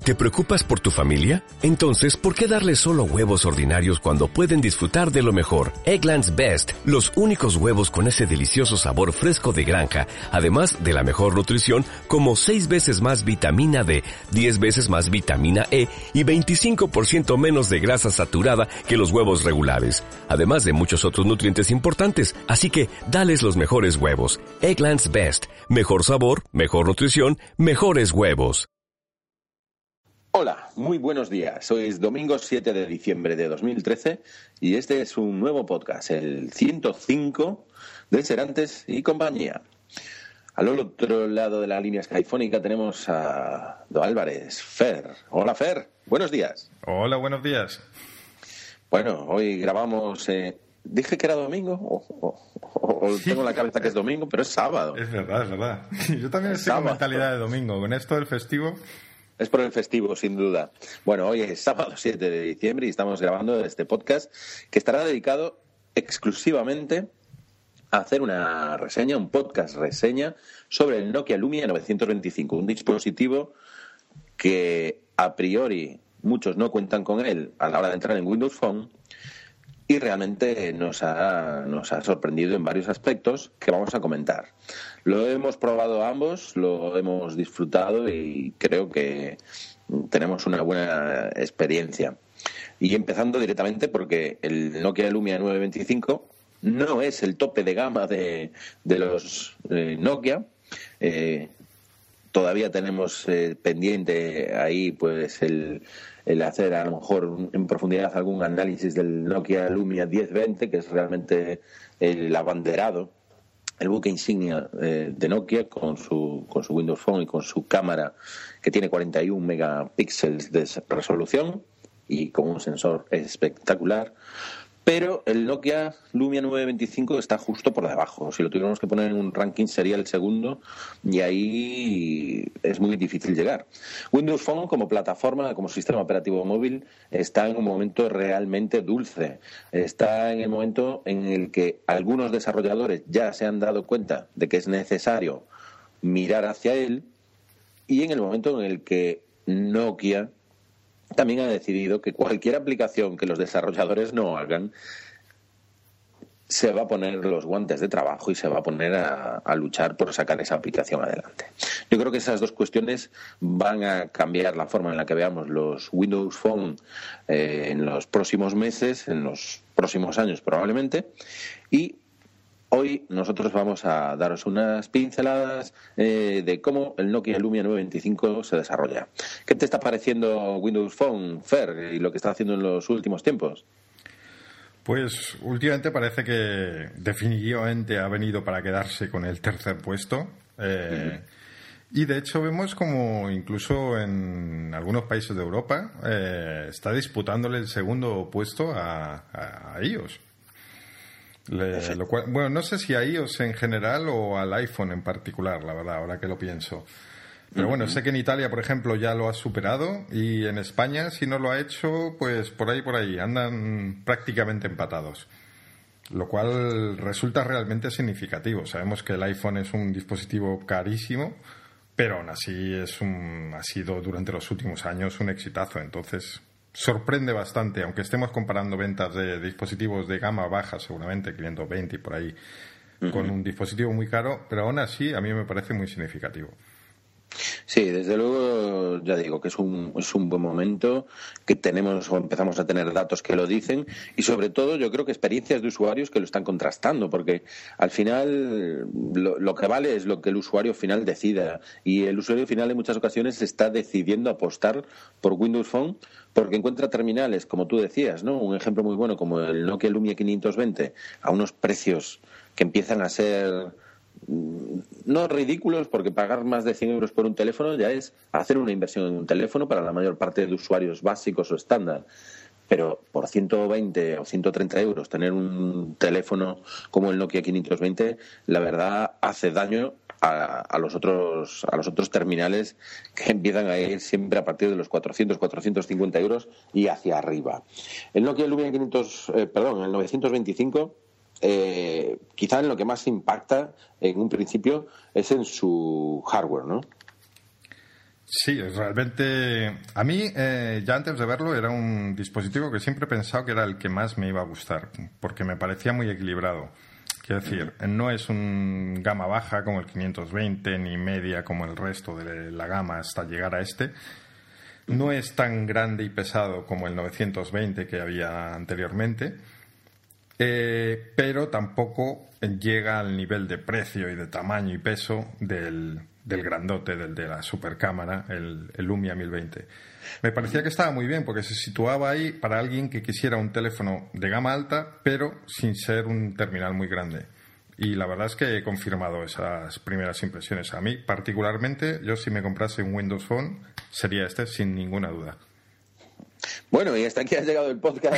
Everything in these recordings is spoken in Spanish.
¿Te preocupas por tu familia? Entonces, ¿por qué darles solo huevos ordinarios cuando pueden disfrutar de lo mejor? Eggland's Best, los únicos huevos con ese delicioso sabor fresco de granja, además de la mejor nutrición, como 6 veces más vitamina D, 10 veces más vitamina E y 25% menos de grasa saturada que los huevos regulares, además de muchos otros nutrientes importantes. Así que, dales los mejores huevos. Eggland's Best, mejor sabor, mejor nutrición, mejores huevos. Hola, muy buenos días. Hoy es domingo 7 de diciembre de 2013 y este es un nuevo podcast, el 105 de Serantes y compañía. Al otro lado de la línea skyfónica tenemos a Do Álvarez, Fer. Hola, Fer. Buenos días. Hola, buenos días. Bueno, hoy grabamos... ¿Dije que era domingo? O Sí. tengo en la cabeza que es domingo, pero es sábado. Es verdad. Yo también estoy con mentalidad de domingo. Con esto del festivo... Es por el festivo, sin duda. Bueno, hoy es sábado 7 de diciembre y estamos grabando este podcast que estará dedicado exclusivamente a hacer una reseña, un podcast reseña sobre el Nokia Lumia 925, un dispositivo que a priori muchos no cuentan con él a la hora de entrar en Windows Phone y realmente nos ha sorprendido en varios aspectos que vamos a comentar. Lo hemos probado ambos, lo hemos disfrutado y creo que tenemos una buena experiencia. Y empezando directamente porque el Nokia Lumia 925 no es el tope de gama de los Nokia. Todavía tenemos pendiente ahí pues el hacer a lo mejor en profundidad algún análisis del Nokia Lumia 1020, que es realmente el abanderado, el buque insignia de Nokia con su Windows Phone y con su cámara que tiene 41 megapíxeles de resolución y con un sensor espectacular. Pero el Nokia Lumia 925 está justo por debajo. Si lo tuviéramos que poner en un ranking sería el segundo y ahí es muy difícil llegar. Windows Phone como plataforma, como sistema operativo móvil, está en un momento realmente dulce. Está en el momento en el que algunos desarrolladores ya se han dado cuenta de que es necesario mirar hacia él y en el momento en el que Nokia también ha decidido que cualquier aplicación que los desarrolladores no hagan se va a poner los guantes de trabajo y se va a poner a luchar por sacar esa aplicación adelante. Yo creo que esas dos cuestiones van a cambiar la forma en la que veamos los Windows Phone en los próximos meses, en los próximos años probablemente, y hoy nosotros vamos a daros unas pinceladas de cómo el Nokia Lumia 925 se desarrolla. ¿Qué te está pareciendo Windows Phone, Fer, y lo que está haciendo en los últimos tiempos? Pues últimamente parece que definitivamente ha venido para quedarse con el tercer puesto. Y de hecho vemos como incluso en algunos países de Europa está disputándole el segundo puesto a iOS. Lo cual, bueno, no sé si a iOS en general o al iPhone en particular, la verdad, ahora que lo pienso. Pero bueno, sé que en Italia, por ejemplo, ya lo ha superado y en España, si no lo ha hecho, pues por ahí, andan prácticamente empatados. Lo cual resulta realmente significativo. Sabemos que el iPhone es un dispositivo carísimo, pero aún así ha sido durante los últimos años un exitazo. Entonces sorprende bastante, aunque estemos comparando ventas de dispositivos de gama baja, seguramente 520 y por ahí, con un dispositivo muy caro, pero aún así a mí me parece muy significativo. Sí, desde luego, ya digo que es un buen momento, que tenemos o empezamos a tener datos que lo dicen y sobre todo yo creo que experiencias de usuarios que lo están contrastando, porque al final lo que vale es lo que el usuario final decida y el usuario final en muchas ocasiones está decidiendo apostar por Windows Phone porque encuentra terminales, como tú decías, ¿no? Un ejemplo muy bueno como el Nokia Lumia 520 a unos precios que empiezan a ser no ridículos, porque pagar más de 100 euros por un teléfono ya es hacer una inversión en un teléfono para la mayor parte de usuarios básicos o estándar, pero por 120 o 130 euros tener un teléfono como el Nokia 520 la verdad hace daño a los otros terminales que empiezan a ir siempre a partir de los 400, 450 euros y hacia arriba. El Nokia Lumia el 925 quizá en lo que más impacta en un principio es en su hardware, ¿no? Sí, realmente a mí ya antes de verlo era un dispositivo que siempre he pensado que era el que más me iba a gustar, porque me parecía muy equilibrado. Quiero decir, no es un gama baja como el 520 ni media como el resto de la gama hasta llegar a este. No es tan grande y pesado como el 920 que había anteriormente, pero tampoco llega al nivel de precio y de tamaño y peso del grandote, del de la supercámara, el Lumia 1020. Me parecía que estaba muy bien porque se situaba ahí para alguien que quisiera un teléfono de gama alta, pero sin ser un terminal muy grande. Y la verdad es que he confirmado esas primeras impresiones. A mí, particularmente, yo si me comprase un Windows Phone, sería este sin ninguna duda. Bueno, y hasta aquí ha llegado el podcast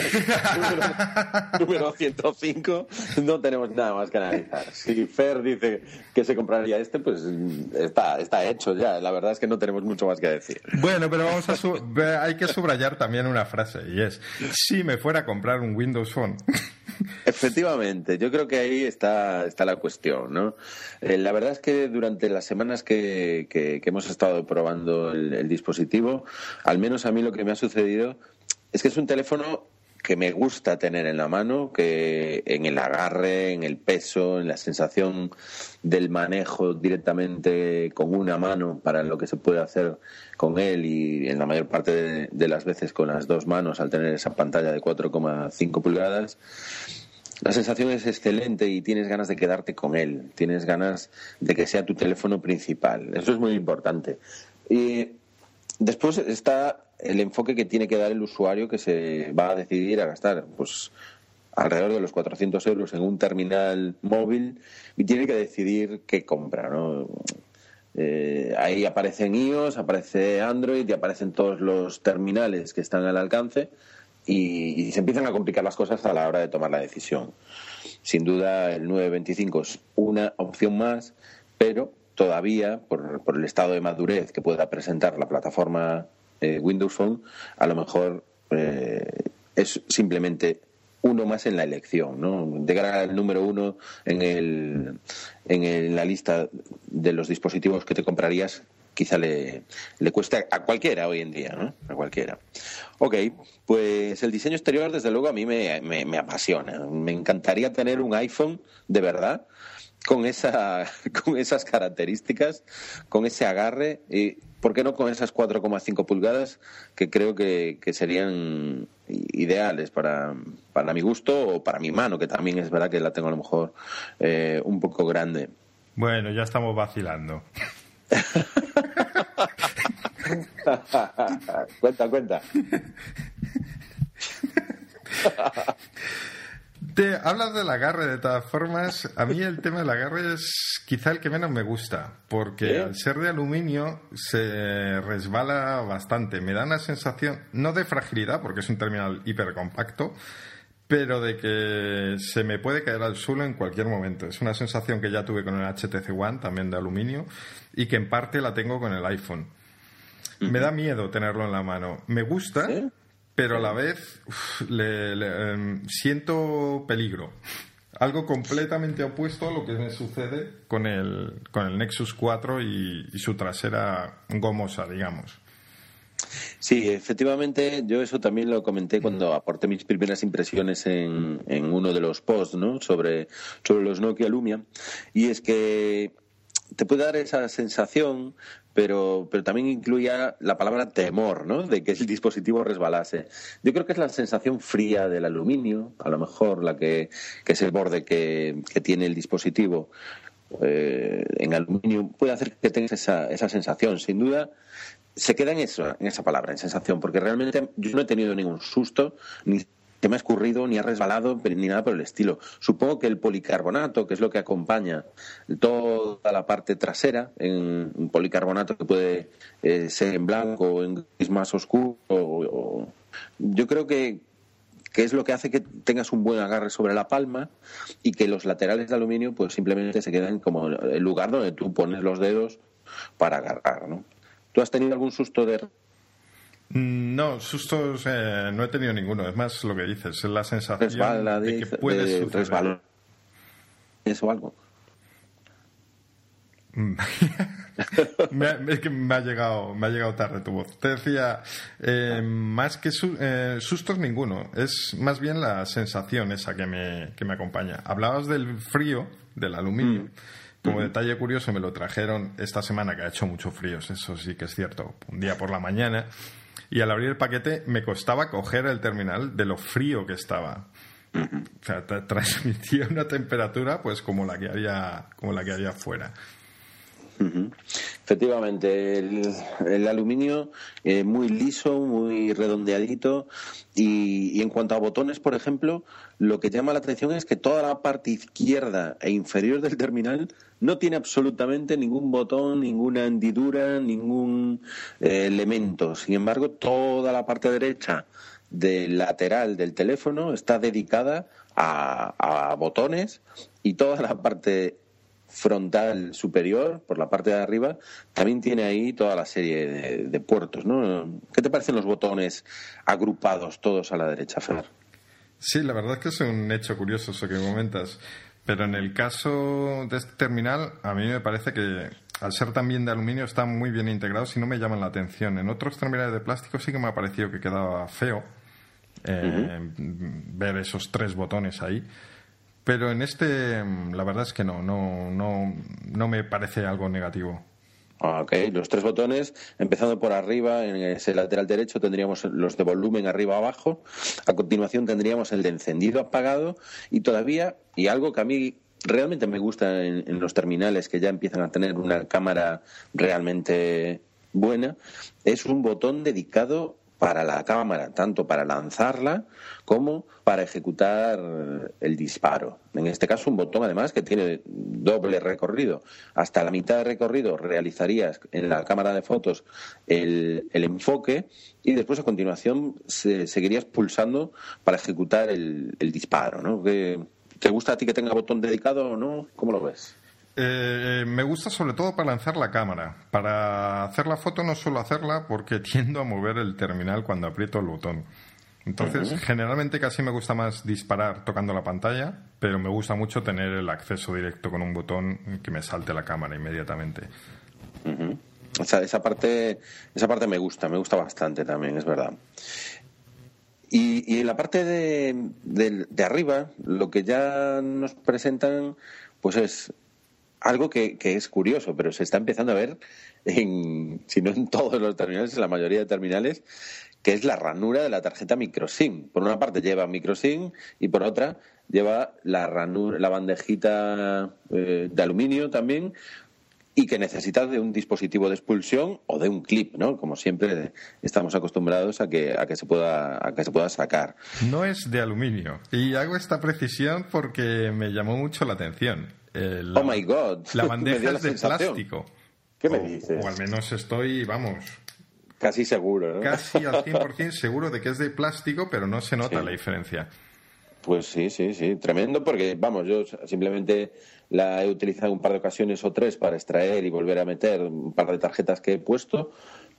número 105. No tenemos nada más que analizar. Si Fer dice que se compraría este, pues está hecho ya. La verdad es que no tenemos mucho más que decir. Bueno, pero hay que subrayar también una frase, y es: si me fuera a comprar un Windows Phone. Efectivamente, yo creo que ahí está la cuestión, ¿no? La verdad es que durante las semanas que hemos estado probando el dispositivo, al menos a mí lo que me ha sucedido es que es un teléfono que me gusta tener en la mano, que en el agarre, en el peso, en la sensación del manejo directamente con una mano para lo que se puede hacer con él, y en la mayor parte de las veces con las dos manos al tener esa pantalla de 4,5 pulgadas. La sensación es excelente y tienes ganas de quedarte con él, tienes ganas de que sea tu teléfono principal. Eso es muy importante. Y después está el enfoque que tiene que dar el usuario que se va a decidir a gastar pues alrededor de los 400 euros en un terminal móvil y tiene que decidir qué compra, ¿no? Ahí aparecen iOS, aparece Android y aparecen todos los terminales que están al alcance y se empiezan a complicar las cosas a la hora de tomar la decisión. Sin duda el 925 es una opción más, pero todavía por el estado de madurez que pueda presentar la plataforma Windows Phone, a lo mejor es simplemente uno más en la elección, ¿no? Llegar al número uno en la lista de los dispositivos que te comprarías quizá le cueste a cualquiera hoy en día, ¿no? A cualquiera. Ok, pues el diseño exterior desde luego a mí me apasiona. Me encantaría tener un iPhone de verdad con esas características, con ese agarre y ¿por qué no con esas 4,5 pulgadas que creo que serían ideales para mi gusto o para mi mano, que también es verdad que la tengo a lo mejor un poco grande? Bueno, ya estamos vacilando. Cuenta. Hablas del agarre, de todas formas. A mí el tema del agarre es quizá el que menos me gusta, porque al ser de aluminio se resbala bastante. Me da una sensación, no de fragilidad, porque es un terminal hipercompacto, pero de que se me puede caer al suelo en cualquier momento. Es una sensación que ya tuve con el HTC One, también de aluminio, y que en parte la tengo con el iPhone. Me da miedo tenerlo en la mano. Me gusta, ¿sí? Pero a la vez siento peligro. Algo completamente opuesto a lo que me sucede con el Nexus 4 y su trasera gomosa, digamos. Sí, efectivamente, yo eso también lo comenté cuando aporté mis primeras impresiones en uno de los posts, ¿no? sobre los Nokia Lumia, y es que te puede dar esa sensación, pero también incluía la palabra temor, ¿no? De que el dispositivo resbalase. Yo creo que es la sensación fría del aluminio, a lo mejor la que es el borde que tiene el dispositivo en aluminio, puede hacer que tengas esa sensación. Sin duda se queda en esa palabra, en sensación, porque realmente yo no he tenido ningún susto, ni se me ha escurrido, ni ha resbalado, ni nada por el estilo. Supongo que el policarbonato, que es lo que acompaña toda la parte trasera, en un policarbonato que puede ser en blanco o en gris más oscuro, yo creo que es lo que hace que tengas un buen agarre sobre la palma y que los laterales de aluminio pues simplemente se quedan como el lugar donde tú pones los dedos para agarrar, ¿no? ¿Tú has tenido algún susto de...? No, sustos no he tenido ninguno. Es más lo que dices, es la sensación de que puede suceder. ¿Eso o algo? Es que me ha llegado tarde tu voz. Te decía, más que sustos ninguno, es más bien la sensación esa que me acompaña. Hablabas del frío, del aluminio. Como detalle curioso, me lo trajeron esta semana, que ha hecho mucho frío, eso sí que es cierto, un día por la mañana, y al abrir el paquete me costaba coger el terminal de lo frío que estaba. O sea, transmitía una temperatura pues como la que había fuera. Efectivamente, el aluminio muy liso, muy redondeadito, y en cuanto a botones, por ejemplo, lo que llama la atención es que toda la parte izquierda e inferior del terminal no tiene absolutamente ningún botón, ninguna hendidura, ningún elemento. Sin embargo, toda la parte derecha del lateral del teléfono está dedicada a botones, y toda la parte frontal superior, por la parte de arriba, también tiene ahí toda la serie de puertos, ¿no? ¿Qué te parecen los botones agrupados todos a la derecha, Fer? Sí, la verdad es que es un hecho curioso eso que comentas, pero en el caso de este terminal, a mí me parece que al ser también de aluminio están muy bien integrados y no me llaman la atención. En otros terminales de plástico sí que me ha parecido que quedaba feo ver esos 3 botones ahí. Pero en este, la verdad es que no me parece algo negativo. Ok, los 3 botones, empezando por arriba, en ese lateral derecho tendríamos los de volumen arriba abajo. A continuación tendríamos el de encendido apagado, y todavía, y algo que a mí realmente me gusta en los terminales que ya empiezan a tener una cámara realmente buena, es un botón dedicado para la cámara, tanto para lanzarla como para ejecutar el disparo. En este caso, un botón además que tiene doble recorrido. Hasta la mitad de recorrido realizarías en la cámara de fotos el enfoque, y después a continuación seguirías pulsando para ejecutar el disparo, ¿no? ¿Te gusta a ti que tenga botón dedicado o no? ¿Cómo lo ves? Me gusta sobre todo para lanzar la cámara. Para hacer la foto no suelo hacerla porque tiendo a mover el terminal cuando aprieto el botón. Entonces, generalmente casi me gusta más disparar tocando la pantalla, pero me gusta mucho tener el acceso directo con un botón que me salte la cámara inmediatamente. O sea, esa parte me gusta bastante también, es verdad. Y en la parte de arriba, lo que ya nos presentan, pues es algo que es curioso, pero se está empezando a ver, si no en todos los terminales, en la mayoría de terminales, que es la ranura de la tarjeta microSIM. Por una parte lleva microSIM y por otra lleva la ranura, la bandejita de aluminio también, y que necesita de un dispositivo de expulsión o de un clip, ¿no? Como siempre estamos acostumbrados a que se pueda sacar. No es de aluminio, y hago esta precisión porque me llamó mucho la atención. Oh my God. La bandeja es de plástico. ¿Qué me dices? O al menos estoy, vamos, casi seguro, ¿no? Casi al 100% seguro de que es de plástico, pero no se nota la diferencia. Pues sí, tremendo, porque, vamos, yo simplemente la he utilizado un par de ocasiones o 3 para extraer y volver a meter un par de tarjetas que he puesto,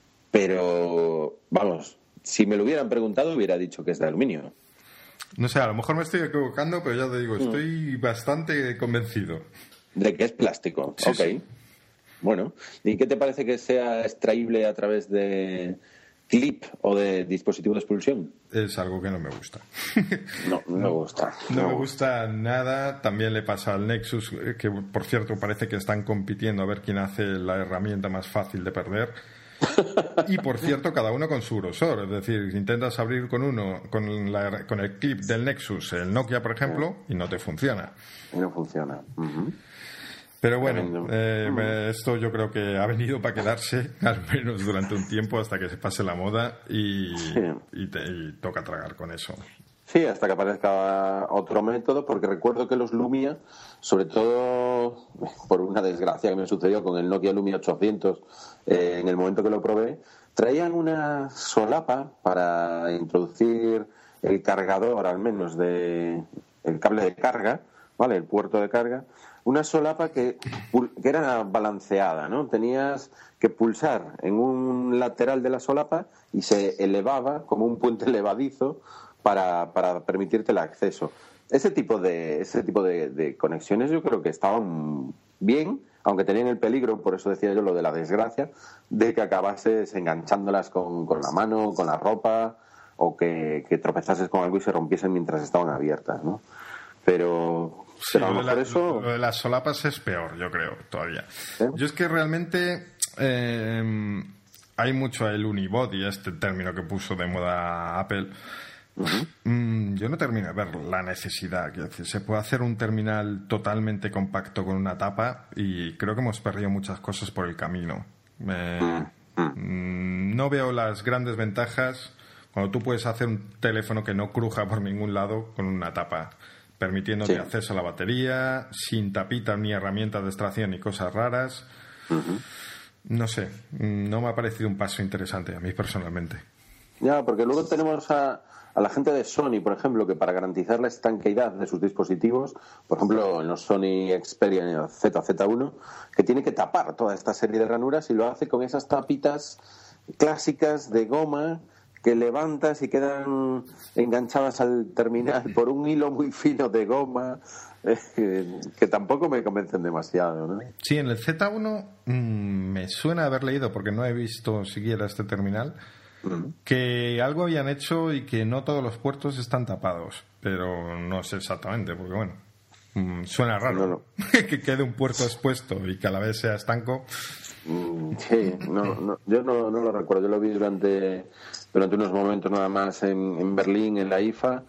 pero, vamos, si me lo hubieran preguntado hubiera dicho que es de aluminio. No sé, a lo mejor me estoy equivocando, pero ya te digo, estoy bastante convencido. De que es plástico, sí, ok. Sí. Bueno, ¿y qué te parece que sea extraíble a través de clip o de dispositivo de expulsión? Es algo que no me gusta. No me gusta. No me gusta nada. También le pasa al Nexus, que por cierto parece que están compitiendo a ver quién hace la herramienta más fácil de perder. Y por cierto, cada uno con su grosor. Es decir, intentas abrir con uno, con el clip del Nexus, el Nokia, por ejemplo, y no te funciona. No funciona. Pero bueno, esto yo creo que ha venido para quedarse, al menos durante un tiempo, hasta que se pase la moda y toca tragar con eso. Sí, hasta que aparezca otro método, porque recuerdo que los Lumia, sobre todo por una desgracia que me sucedió con el Nokia Lumia 800, en el momento que lo probé, traían una solapa para introducir el cargador, al menos el cable de carga, ¿vale? El puerto de carga. Una solapa que era balanceada, ¿no? Tenías que pulsar en un lateral de la solapa y se elevaba como un puente elevadizo para permitirte el acceso. Ese tipo de conexiones yo creo que estaban bien, aunque tenían el peligro, por eso decía yo lo de la desgracia, de que acabases enganchándolas con la mano, con la ropa, o que tropezases con algo y se rompiesen mientras estaban abiertas, ¿no? Pero Sí, a lo mejor eso... lo de las solapas es peor, yo creo, todavía. ¿Eh? Yo es que realmente hay mucho el unibody, este término que puso de moda Apple. Yo no termino de ver la necesidad. Quiero decir, se puede hacer un terminal totalmente compacto con una tapa y creo que hemos perdido muchas cosas por el camino. No veo las grandes ventajas cuando tú puedes hacer un teléfono que no cruja por ningún lado con una tapa, permitiéndote acceso a la batería, sin tapitas ni herramientas de extracción ni cosas raras. No sé, no me ha parecido un paso interesante a mí personalmente. Ya, porque luego tenemos a la gente de Sony, por ejemplo, que para garantizar la estanqueidad de sus dispositivos, por ejemplo, en los Sony Xperia ZZ1, que tiene que tapar toda esta serie de ranuras y lo hace con esas tapitas clásicas de goma que levantas y quedan enganchadas al terminal por un hilo muy fino de goma, que tampoco me convencen demasiado, ¿no? Sí, en el Z1 me suena haber leído, porque no he visto siquiera este terminal, que algo habían hecho y que no todos los puertos están tapados, pero no sé exactamente, porque bueno, suena raro No. que quede un puerto expuesto y que a la vez sea estanco. Sí, yo no lo recuerdo. Yo lo vi durante unos momentos nada más en Berlín, en la IFA,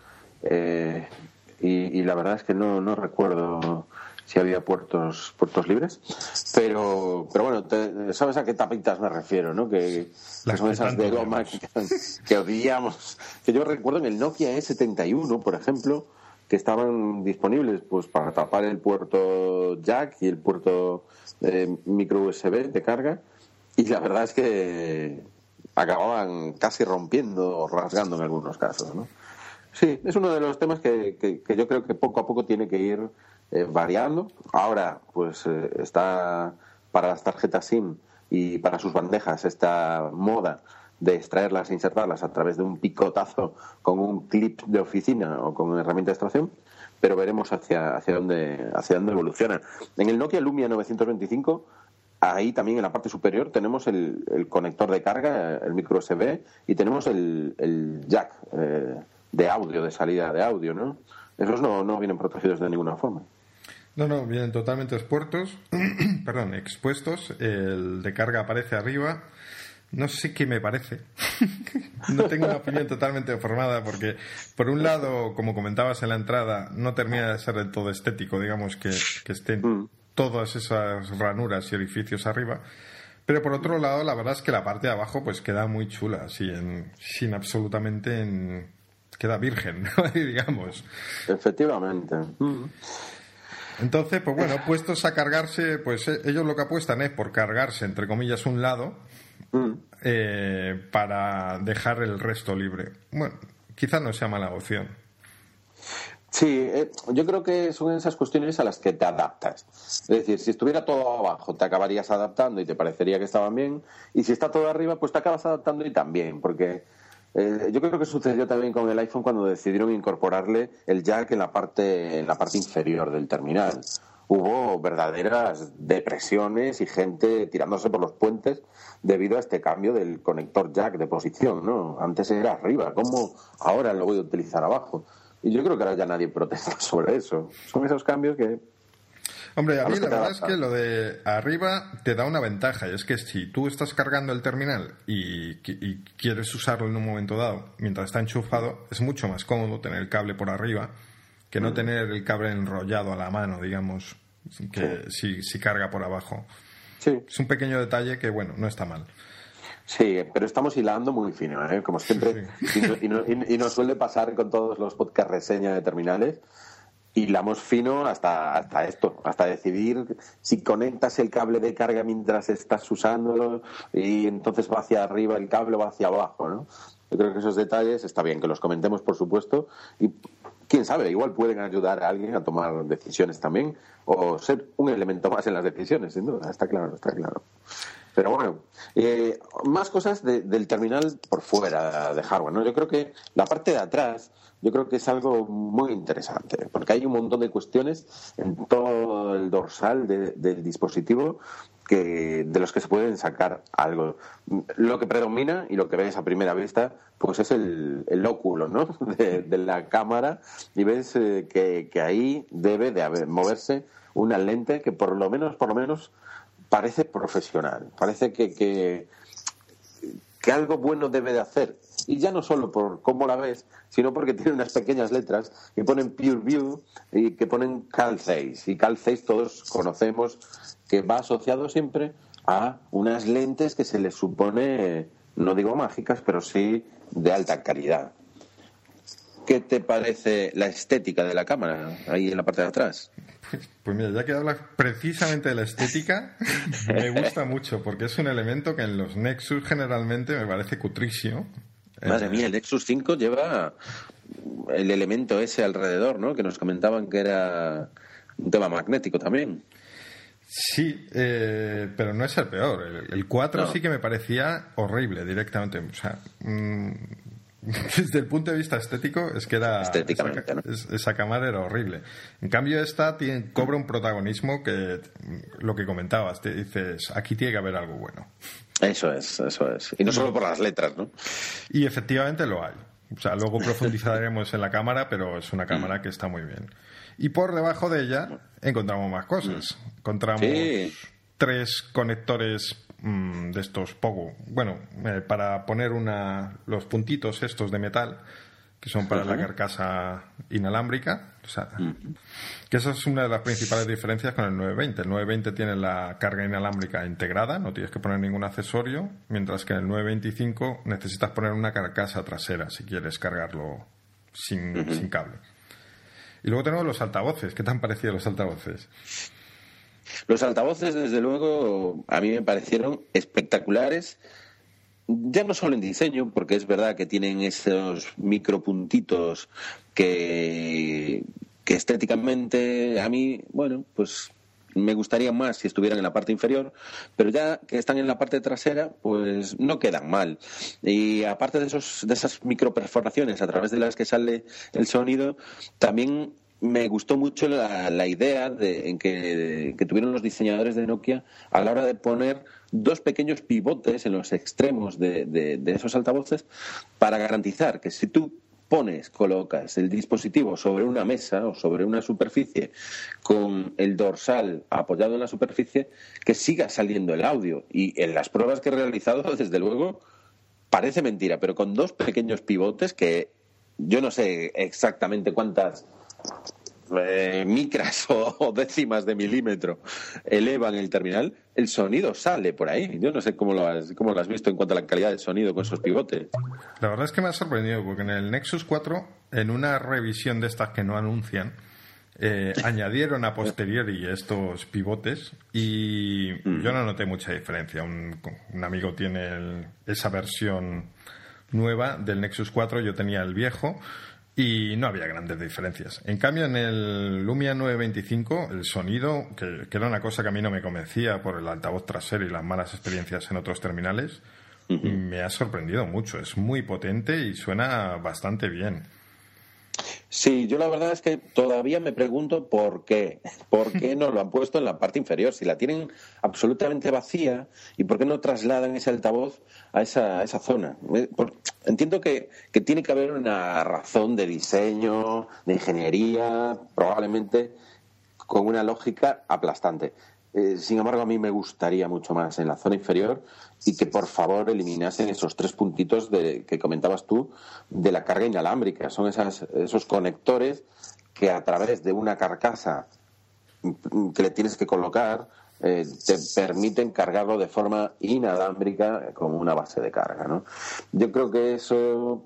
y la verdad es que no recuerdo si había puertos libres, pero bueno, sabes a qué tapitas me refiero, ¿no? Que son esas de goma que odiamos. Que yo recuerdo en el Nokia E71, por ejemplo, que estaban disponibles pues para tapar el puerto jack y el puerto micro USB de carga, y la verdad es que acababan casi rompiendo o rasgando en algunos casos, ¿no? Sí, es uno de los temas que yo creo que poco a poco tiene que ir variando. Ahora pues está para las tarjetas SIM y para sus bandejas esta moda de extraerlas e insertarlas a través de un picotazo con un clip de oficina o con herramienta de extracción, pero veremos hacia dónde evoluciona. En el Nokia Lumia 925, ahí también en la parte superior tenemos el conector de carga, el micro USB, y tenemos el jack de audio, de salida de audio, ¿no? Esos no vienen protegidos de ninguna forma. No, vienen totalmente expuestos. Expuestos. El de carga aparece arriba. No sé qué me parece. No tengo una opinión totalmente formada porque, por un lado, como comentabas en la entrada, no termina de ser del todo estético, digamos, que estén todas esas ranuras y orificios arriba. Pero por otro lado, la verdad es que la parte de abajo pues queda muy chula, así sin absolutamente... queda virgen, ¿no? digamos. Efectivamente. Entonces, pues bueno, puestos a cargarse, pues ellos lo que apuestan es por cargarse, entre comillas, un lado para dejar el resto libre. Bueno, quizás no sea mala opción. Sí, yo creo que son esas cuestiones a las que te adaptas. Es decir, si estuviera todo abajo te acabarías adaptando y te parecería que estaban bien, y si está todo arriba pues te acabas adaptando y también, porque yo creo que sucedió también con el iPhone cuando decidieron incorporarle el jack en la parte inferior del terminal. Hubo verdaderas depresiones y gente tirándose por los puentes debido a este cambio del conector jack de posición, ¿no? Antes era arriba, ¿cómo ahora lo voy a utilizar abajo? Y yo creo que ahora ya nadie protesta sobre eso. Son esos cambios que... Hombre, a mí la verdad es que lo de arriba te da una ventaja, y es que si tú estás cargando el terminal y quieres usarlo en un momento dado, mientras está enchufado, es mucho más cómodo tener el cable por arriba que no tener el cable enrollado a la mano, digamos, que si carga por abajo. Sí. Es un pequeño detalle que, bueno, no está mal. Sí, pero estamos hilando muy fino, ¿eh? Como siempre, sí. Y nos suele pasar con todos los podcast reseña de terminales. Hilamos fino hasta esto, hasta decidir si conectas el cable de carga mientras estás usándolo y entonces va hacia arriba el cable o va hacia abajo, ¿no? Yo creo que esos detalles está bien que los comentemos, por supuesto, y quién sabe, igual pueden ayudar a alguien a tomar decisiones también o ser un elemento más en las decisiones, sin duda, está claro. Pero bueno, más cosas del terminal por fuera de hardware, ¿no? Yo creo que la parte de atrás, yo creo que es algo muy interesante, porque hay un montón de cuestiones en todo el dorsal del dispositivo de los que se pueden sacar algo. Lo que predomina y lo que ves a primera vista pues es el óculo, ¿no? de la cámara, y ves que ahí debe de moverse una lente que por lo menos parece profesional, parece que algo bueno debe de hacer. Y ya no solo por cómo la ves, sino porque tiene unas pequeñas letras que ponen Pure View y que ponen Cal 6. Y Cal 6 todos conocemos que va asociado siempre a unas lentes que se les supone, no digo mágicas, pero sí de alta calidad. ¿Qué te parece la estética de la cámara ahí en la parte de atrás? Pues mira, ya que hablas precisamente de la estética, me gusta mucho, porque es un elemento que en los Nexus generalmente me parece cutrísimo. Madre mía, el Nexus 5 lleva el elemento ese alrededor, ¿no? Que nos comentaban que era un tema magnético también. Sí, pero no es el peor. El 4 No. sí que me parecía horrible directamente. O sea, desde el punto de vista estético, es que era... Estéticamente, ¿no? Esa cámara era horrible. En cambio, esta cobra un protagonismo que, lo que comentabas, te dices, aquí tiene que haber algo bueno. Eso es. Y no solo por las letras, ¿no? Y efectivamente lo hay. O sea, luego profundizaremos en la cámara, pero es una cámara que está muy bien. Y por debajo de ella encontramos más cosas. Encontramos 3 conectores de estos Pogo. Bueno, para poner los puntitos estos de metal, que son para la carcasa inalámbrica. O sea, que esa es una de las principales diferencias con el 920. El 920 tiene la carga inalámbrica integrada, no tienes que poner ningún accesorio, mientras que en el 925 necesitas poner una carcasa trasera si quieres cargarlo sin cable. Y luego tenemos los altavoces. ¿Qué te han parecido los altavoces? Los altavoces, desde luego, a mí me parecieron espectaculares. Ya no solo en diseño, porque es verdad que tienen esos micropuntitos que estéticamente a mí, bueno, pues me gustaría más si estuvieran en la parte inferior, pero ya que están en la parte trasera, pues no quedan mal. Y aparte de esas microperforaciones a través de las que sale el sonido, también me gustó mucho la idea que tuvieron los diseñadores de Nokia a la hora de poner 2 pequeños pivotes en los extremos de esos altavoces para garantizar que si tú colocas el dispositivo sobre una mesa o sobre una superficie con el dorsal apoyado en la superficie, que siga saliendo el audio. Y en las pruebas que he realizado, desde luego, parece mentira, pero con 2 pequeños pivotes que yo no sé exactamente cuántas micras o décimas de milímetro elevan el terminal, el sonido sale por ahí. Yo no sé cómo lo has visto en cuanto a la calidad del sonido con esos pivotes. La verdad es que me ha sorprendido, porque en el Nexus 4, en una revisión de estas que no anuncian, añadieron a posteriori estos pivotes y yo no noté mucha diferencia. Un amigo tiene esa versión nueva del Nexus 4, yo tenía el viejo, y no había grandes diferencias. En cambio, en el Lumia 925, el sonido, que era una cosa que a mí no me convencía por el altavoz trasero y las malas experiencias en otros terminales, me ha sorprendido mucho. Es muy potente y suena bastante bien. Sí, yo la verdad es que todavía me pregunto por qué. ¿Por qué no lo han puesto en la parte inferior? Si la tienen absolutamente vacía, ¿y por qué no trasladan ese altavoz a esa zona? Entiendo que tiene que haber una razón de diseño, de ingeniería, probablemente con una lógica aplastante. Sin embargo, a mí me gustaría mucho más en la zona inferior y que por favor eliminasen esos 3 puntitos que comentabas tú de la carga inalámbrica. Son esos conectores que a través de una carcasa que le tienes que colocar te permiten cargarlo de forma inalámbrica como una base de carga, ¿no? Yo creo que eso,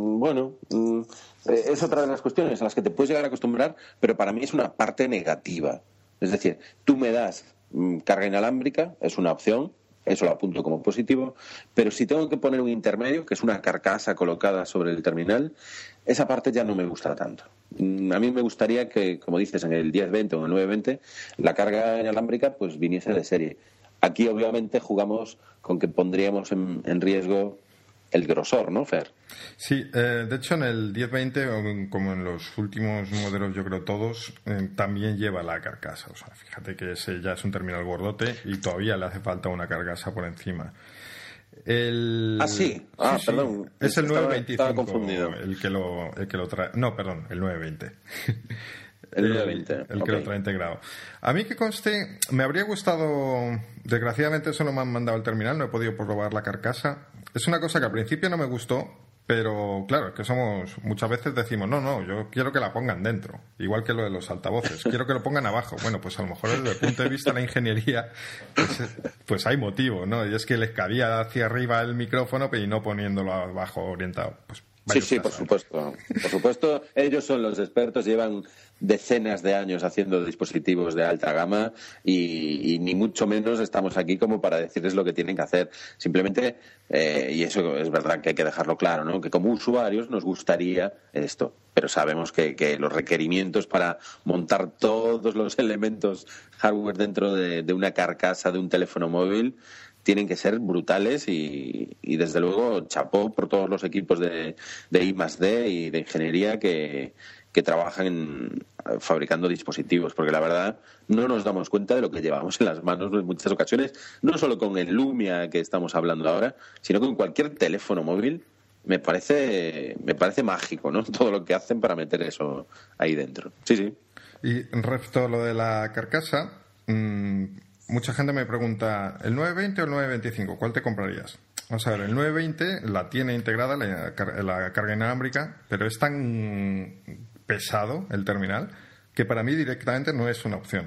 es otra de las cuestiones a las que te puedes llegar a acostumbrar, pero para mí es una parte negativa. Es decir, tú me das carga inalámbrica, es una opción, eso lo apunto como positivo, pero si tengo que poner un intermedio, que es una carcasa colocada sobre el terminal, esa parte ya no me gusta tanto. A mí me gustaría que, como dices, en el 1020 o en el 920, la carga inalámbrica pues viniese de serie. Aquí obviamente jugamos con que pondríamos en riesgo el grosor, ¿no, Fer? Sí, de hecho en el 1020, como en los últimos modelos, yo creo todos, también lleva la carcasa. O sea, fíjate que ese ya es un terminal gordote y todavía le hace falta una carcasa por encima. Sí. Perdón. Es el 925 estaba confundido. el que lo trae. No, perdón, el 920. El 920. El que lo trae integrado. A mí que conste, me habría gustado. Desgraciadamente solo me han mandado el terminal, no he podido probar la carcasa. Es una cosa que al principio no me gustó, pero claro, es que muchas veces decimos, no, yo quiero que la pongan dentro, igual que lo de los altavoces, quiero que lo pongan abajo. Bueno, pues a lo mejor desde el punto de vista de la ingeniería, pues hay motivo, ¿no? Y es que les cabía hacia arriba el micrófono y no poniéndolo abajo orientado. Pues sí, por supuesto. Por supuesto, ellos son los expertos, llevan decenas de años haciendo dispositivos de alta gama y ni mucho menos estamos aquí como para decirles lo que tienen que hacer. Simplemente, y eso es verdad que hay que dejarlo claro, ¿no? Que como usuarios nos gustaría esto, pero sabemos que los requerimientos para montar todos los elementos hardware dentro de una carcasa de un teléfono móvil tienen que ser brutales y desde luego chapó por todos los equipos de I+D y de ingeniería que trabajan fabricando dispositivos, porque la verdad no nos damos cuenta de lo que llevamos en las manos en muchas ocasiones, no solo con el Lumia que estamos hablando ahora, sino con cualquier teléfono móvil. Me parece mágico, ¿no? Todo lo que hacen para meter eso ahí dentro. Sí. Y respecto a lo de la carcasa, mucha gente me pregunta, ¿el 920 o el 925? ¿Cuál te comprarías? Vamos a ver, el 920 la tiene integrada la carga inalámbrica, pero es tan pesado el terminal que para mí directamente no es una opción.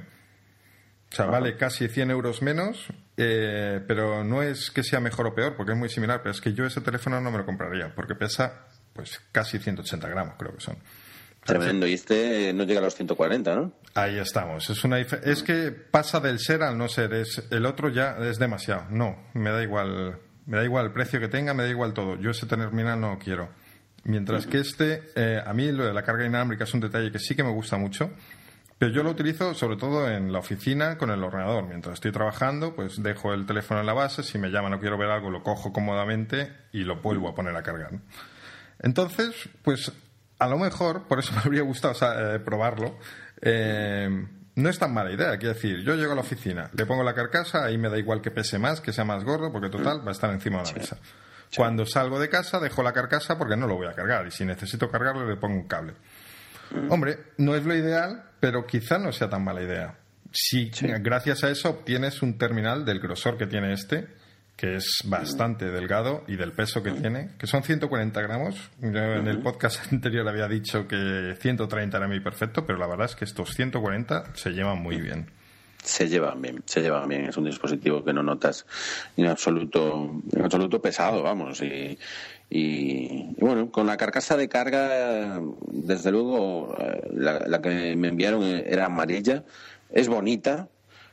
O sea, vale casi 100 euros menos, pero no es que sea mejor o peor, porque es muy similar, pero es que yo ese teléfono no me lo compraría, porque pesa pues casi 180 gramos, creo que son. Tremendo, y este no llega a los 140, ¿no? Ahí estamos. Es que pasa del ser al no ser. El otro ya es demasiado. No, me da igual el precio que tenga, me da igual todo. Yo ese terminal no lo quiero. Mientras que a mí lo de la carga inalámbrica es un detalle que sí que me gusta mucho, pero yo lo utilizo sobre todo en la oficina con el ordenador. Mientras estoy trabajando, pues dejo el teléfono en la base, si me llaman o quiero ver algo, lo cojo cómodamente y lo vuelvo a poner a cargar, ¿no? Entonces, pues a lo mejor, por eso me habría gustado probarlo, no es tan mala idea. Quiero decir, yo llego a la oficina, le pongo la carcasa, ahí me da igual que pese más, que sea más gordo, porque total va a estar encima de la mesa. Cuando salgo de casa, dejo la carcasa porque no lo voy a cargar, y si necesito cargarlo le pongo un cable. Hombre, no es lo ideal, pero quizá no sea tan mala idea. Si gracias a eso obtienes un terminal del grosor que tiene que es bastante delgado, y del peso que tiene, que son 140 gramos. Yo en el podcast anterior había dicho que 130 era muy perfecto, pero la verdad es que estos 140 se llevan muy bien. Se llevan bien. Es un dispositivo que no notas en absoluto pesado, vamos. Y bueno, con la carcasa de carga, desde luego, la que me enviaron era amarilla, es bonita,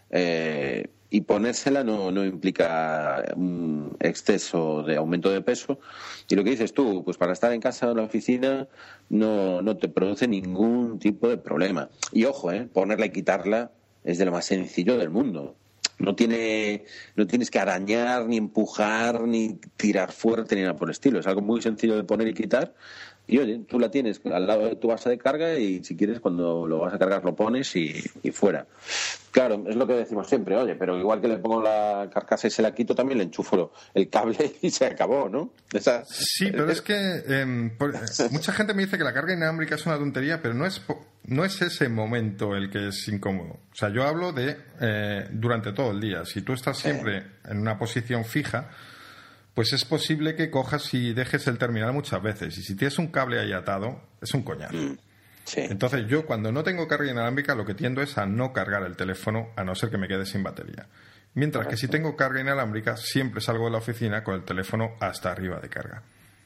y ponérsela no implica un exceso de aumento de peso. Y lo que dices tú, pues para estar en casa o en la oficina no te produce ningún tipo de problema. Y ojo, ponerla y quitarla es de lo más sencillo del mundo. No tienes que arañar, ni empujar, ni tirar fuerte, ni nada por el estilo. Es algo muy sencillo de poner y quitar. Y oye, tú la tienes al lado de tu base de carga y si quieres cuando lo vas a cargar lo pones y fuera. Claro, es lo que decimos siempre, oye, pero igual que le pongo la carcasa y se la quito, también le enchufo el cable y se acabó, ¿no? Sí, pero es que mucha gente me dice que la carga inalámbrica es una tontería, pero no es ese momento el que es incómodo. O sea, yo hablo de durante todo el día. Si tú estás siempre en una posición fija, pues es posible que cojas y dejes el terminal muchas veces. Y si tienes un cable ahí atado, es un coñazo. Sí. Entonces yo cuando no tengo carga inalámbrica lo que tiendo es a no cargar el teléfono a no ser que me quede sin batería. Mientras que si tengo carga inalámbrica siempre salgo de la oficina con el teléfono hasta arriba de carga.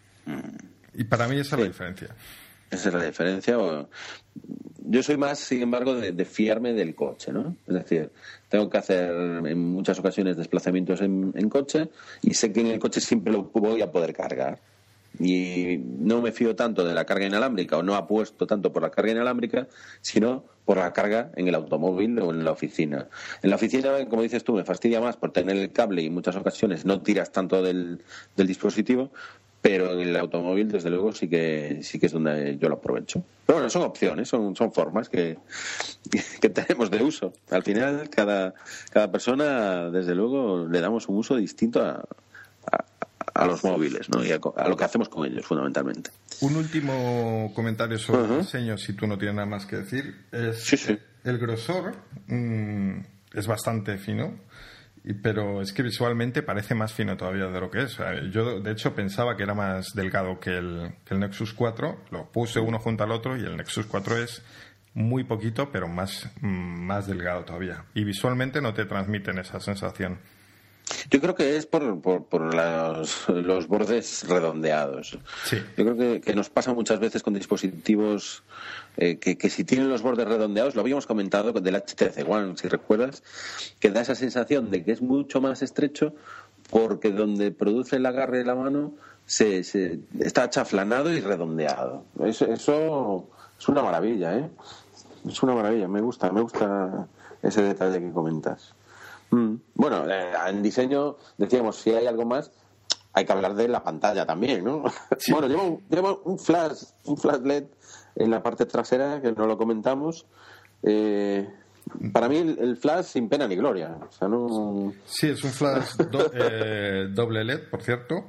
Y para mí esa es la diferencia. Esa es la diferencia. Yo soy más, sin embargo, de fiarme del coche, ¿no? Es decir, tengo que hacer en muchas ocasiones desplazamientos en coche y sé que en el coche siempre lo voy a poder cargar. Y no me fío tanto de la carga inalámbrica o no apuesto tanto por la carga inalámbrica, sino por la carga en el automóvil o en la oficina. En la oficina, como dices tú, me fastidia más por tener el cable y en muchas ocasiones no tiras tanto del dispositivo, pero en el automóvil, desde luego, sí que es donde yo lo aprovecho. Pero bueno, son opciones, son formas que tenemos de uso. Al final, cada persona, desde luego, le damos un uso distinto a los móviles, ¿no? Y a lo que hacemos con ellos, fundamentalmente. Un último comentario sobre el diseño, si tú no tienes nada más que decir, es sí. El grosor es bastante fino, pero es que visualmente parece más fino todavía de lo que es. O sea, yo, de hecho, pensaba que era más delgado que el Nexus 4. Lo puse uno junto al otro y el Nexus 4 es muy poquito, pero más delgado todavía. Y visualmente no te transmiten esa sensación. Yo creo que es por los bordes redondeados. Sí. Yo creo que nos pasa muchas veces con dispositivos que si tienen los bordes redondeados, lo habíamos comentado del HTC One, si recuerdas, que da esa sensación de que es mucho más estrecho porque donde produce el agarre de la mano se está achaflanado y redondeado. Eso es una maravilla, ¿eh? Es una maravilla, me gusta ese detalle que comentas. Bueno, en diseño decíamos, si hay algo más, hay que hablar de la pantalla también, ¿no? Sí. Bueno, lleva un flash LED en la parte trasera, que no lo comentamos. Para mí el flash sin pena ni gloria. O sea, no... Sí, es un flash doble LED, por cierto.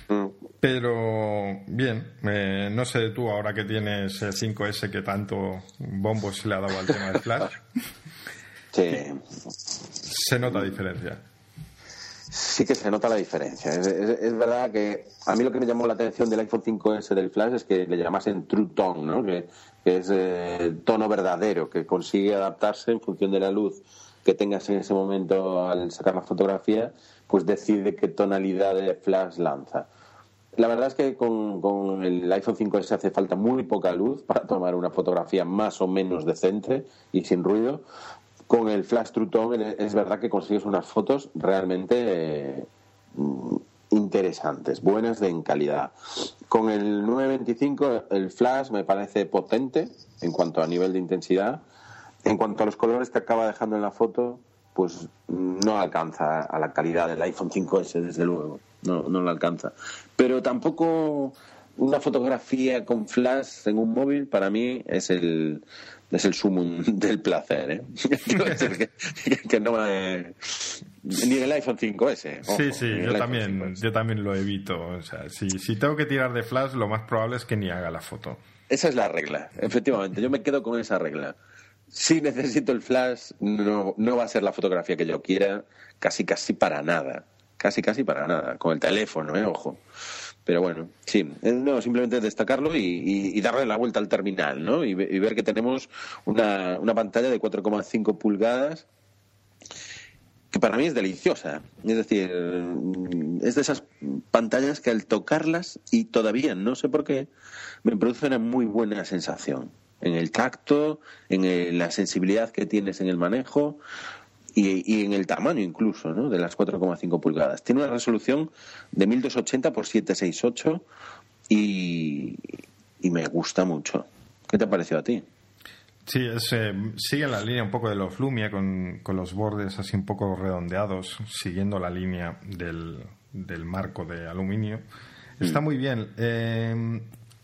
Pero bien, no sé tú ahora que tienes el 5S que tanto bombo se le ha dado al tema del flash. Sí. Se nota diferencia. Sí que se nota la diferencia. Es verdad que a mí lo que me llamó la atención del iPhone 5S del Flash es que le llamasen True Tone, ¿no? Que es tono verdadero, que consigue adaptarse en función de la luz que tengas en ese momento al sacar la fotografía, pues decide qué tonalidad de flash lanza. La verdad es que con el iPhone 5S hace falta muy poca luz para tomar una fotografía más o menos decente y sin ruido. Con el Flash True Tone es verdad que consigues unas fotos realmente interesantes, buenas en calidad. Con el 925 el Flash me parece potente en cuanto a nivel de intensidad. En cuanto a los colores que acaba dejando en la foto, pues no alcanza a la calidad del iPhone 5S, desde luego. No lo alcanza. Pero tampoco una fotografía con flash en un móvil para mí es el sumum del placer, ¿eh? que no ni el iPhone 5S. Ojo, sí, yo también lo evito. O sea, si tengo que tirar de flash, lo más probable es que ni haga la foto. Esa es la regla, efectivamente. Yo me quedo con esa regla. Si necesito el flash, no va a ser la fotografía que yo quiera, casi para nada. Casi para nada. Con el teléfono, ojo. Pero bueno, sí, no, simplemente destacarlo y darle la vuelta al terminal, ¿no? Y ver que tenemos una pantalla de 4,5 pulgadas que para mí es deliciosa. Es decir, es de esas pantallas que al tocarlas, y todavía no sé por qué, me produce una muy buena sensación. En el tacto, en la sensibilidad que tienes en el manejo y en el tamaño incluso, ¿no? De las 4,5 pulgadas. Tiene una resolución de 1280 x 768 y me gusta mucho. ¿Qué te ha parecido a ti? Sí, sigue la línea un poco de los Lumia con los bordes así un poco redondeados, siguiendo la línea del marco de aluminio. Está muy bien.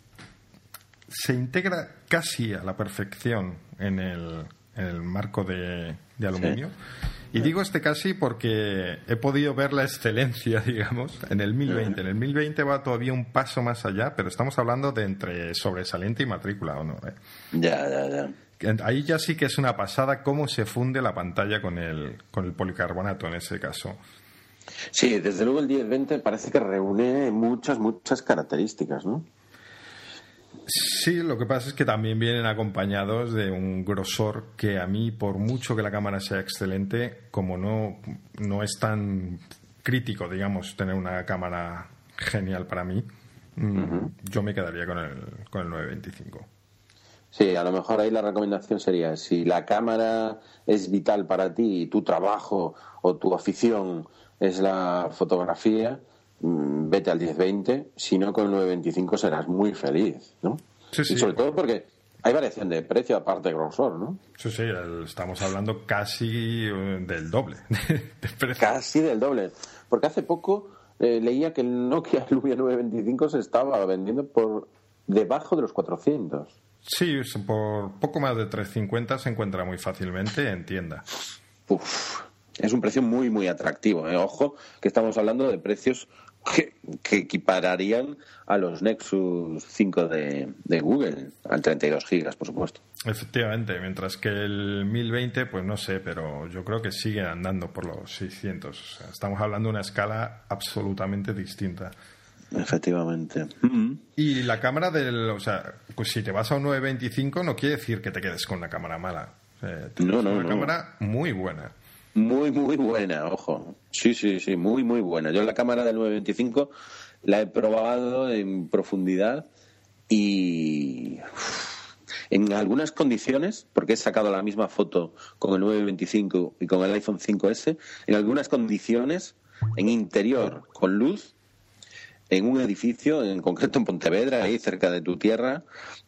Se integra casi a la perfección en el marco de aluminio. Sí. Y digo casi porque he podido ver la excelencia, digamos, en el 1020. En el 1020 va todavía un paso más allá, pero estamos hablando de entre sobresaliente y matrícula, ¿o no? Ya. Ahí ya sí que es una pasada cómo se funde la pantalla con el policarbonato en ese caso. Sí, desde luego el 1020 parece que reúne muchas características, ¿no? Sí, lo que pasa es que también vienen acompañados de un grosor que a mí, por mucho que la cámara sea excelente, como no es tan crítico, digamos, tener una cámara genial para mí, yo me quedaría con el 925. Sí, a lo mejor ahí la recomendación sería, si la cámara es vital para ti y tu trabajo o tu afición es la fotografía, vete al 1020, si no con el 925 serás muy feliz, ¿no? Sí. Y sobre todo porque hay variación de precio aparte de grosor, ¿no? Sí, estamos hablando casi del doble de precio. Casi del doble, porque hace poco leía que el Nokia Lumia 925 se estaba vendiendo por debajo de los 400. Sí, por poco más de 350 se encuentra muy fácilmente en tienda. Uf, es un precio muy, muy atractivo. Ojo, que estamos hablando de precios que equipararían a los Nexus 5 de Google, al 32 gigas, por supuesto. Efectivamente, mientras que el 1020, pues no sé, pero yo creo que sigue andando por los 600. O sea, estamos hablando de una escala absolutamente distinta. Efectivamente. Y la cámara o sea, pues si te vas a un 925 no quiere decir que te quedes con una cámara mala. Una cámara muy buena. Muy, muy buena, ojo. Sí, muy, muy buena. Yo la cámara del 925 la he probado en profundidad y en algunas condiciones, porque he sacado la misma foto con el 925 y con el iPhone 5S, en algunas condiciones, en interior, con luz, en un edificio, en concreto en Pontevedra, ahí cerca de tu tierra,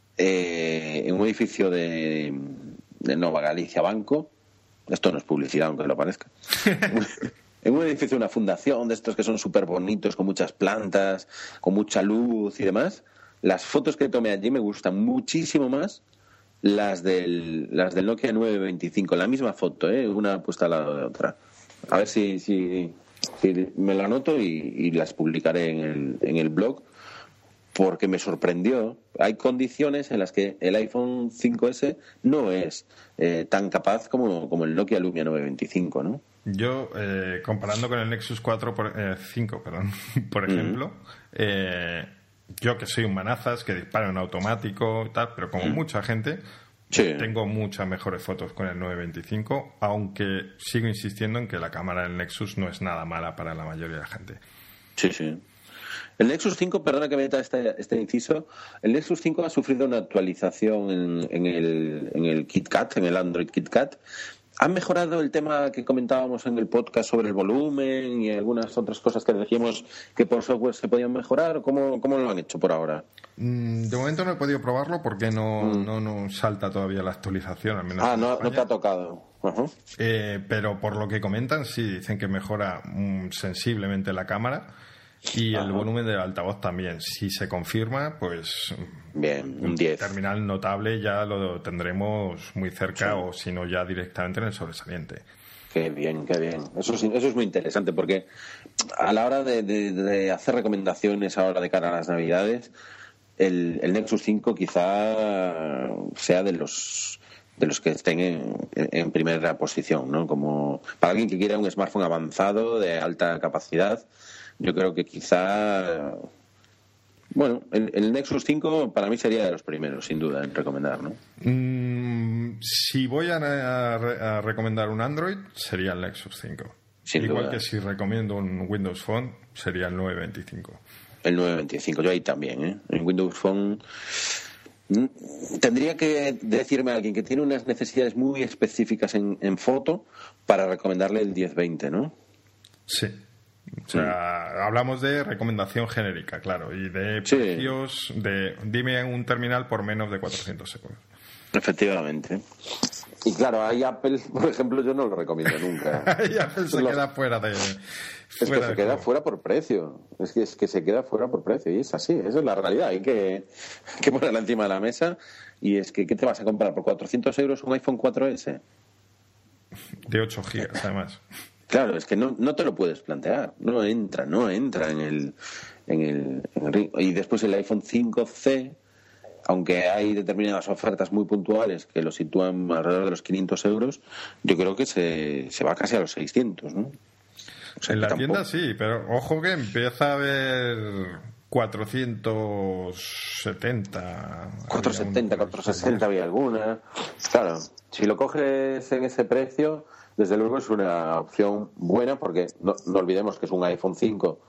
en un edificio de Nova Galicia Banco. Esto no es publicidad, aunque lo parezca. En un edificio, una fundación de estos que son súper bonitos, con muchas plantas, con mucha luz y demás. Las fotos que tomé allí me gustan muchísimo más las del Nokia 925. La misma foto, una puesta al lado de otra. A ver si me la anoto y las publicaré en el blog, porque me sorprendió. Hay condiciones en las que el iPhone 5S no es tan capaz como el Nokia Lumia 925, ¿no? Yo, comparando con el Nexus 5, por ejemplo, yo que soy un manazas, que disparo en automático y tal, pero como mucha gente, tengo muchas mejores fotos con el 925, aunque sigo insistiendo en que la cámara del Nexus no es nada mala para la mayoría de la gente. Sí. El Nexus 5, perdona que meta este inciso, el Nexus 5 ha sufrido una actualización en el KitKat, en el Android KitKat. ¿Han mejorado el tema que comentábamos en el podcast sobre el volumen y algunas otras cosas que decíamos que por software se podían mejorar? ¿Cómo lo han hecho por ahora? De momento no he podido probarlo porque no salta todavía la actualización, al menos no te ha tocado. Uh-huh. Pero por lo que comentan, sí, dicen que mejora sensiblemente la cámara. Y el volumen del altavoz también. Si se confirma, pues bien, un 10. Terminal notable ya lo tendremos muy cerca, o si no ya directamente en el sobresaliente. Qué bien. Eso es muy interesante, porque a la hora de hacer recomendaciones ahora de cara a las Navidades, el Nexus 5 quizá sea de los que estén en primera posición, ¿no? Como para alguien que quiera un smartphone avanzado de alta capacidad. Yo creo que quizá, el Nexus 5 para mí sería de los primeros, sin duda, en recomendar, ¿no? Si voy a recomendar un Android, sería el Nexus 5. Igual duda. Que si recomiendo un Windows Phone, sería el 925. El 925, yo ahí también, En Windows Phone tendría que decirme a alguien que tiene unas necesidades muy específicas en foto para recomendarle el 1020, ¿no? Sí. O sea, hablamos de recomendación genérica, claro, y de precios dime un terminal por menos de 400 euros. Efectivamente. Y claro, ahí Apple, por ejemplo, yo no lo recomiendo nunca. Ahí Apple se queda fuera de... se queda fuera por precio. Es que se queda fuera por precio. Y es así, esa es la realidad. Hay que ponerla encima de la mesa. Y es que, ¿qué te vas a comprar? ¿Por 400 euros un iPhone 4S? De 8 gigas, además. Claro, es que no te lo puedes plantear. No entra en el y después el iPhone 5C, aunque hay determinadas ofertas muy puntuales que lo sitúan alrededor de los 500 euros, yo creo que se va casi a los 600, ¿no? O sea, en la tienda sí, pero ojo que empieza a haber 470. 460 había alguna. Claro, si lo coges en ese precio, desde luego es una opción buena, porque no olvidemos que es un iPhone 5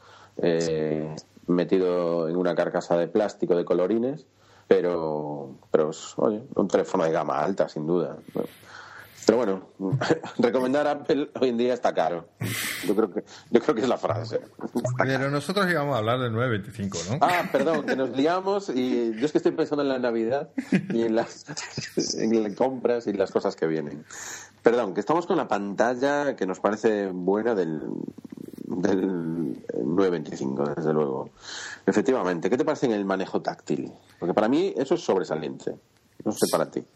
metido en una carcasa de plástico de colorines, pero es, un teléfono de gama alta, sin duda. Pero bueno, recomendar Apple hoy en día está caro. Yo creo que es la frase. Pero nosotros íbamos a hablar del 925, ¿no? Perdón, que nos liamos, y yo es que estoy pensando en la Navidad y en las compras y las cosas que vienen. Perdón, que estamos con la pantalla que nos parece buena del del 925, desde luego. Efectivamente. ¿Qué te parece en el manejo táctil? Porque para mí eso es sobresaliente. No sé para ti.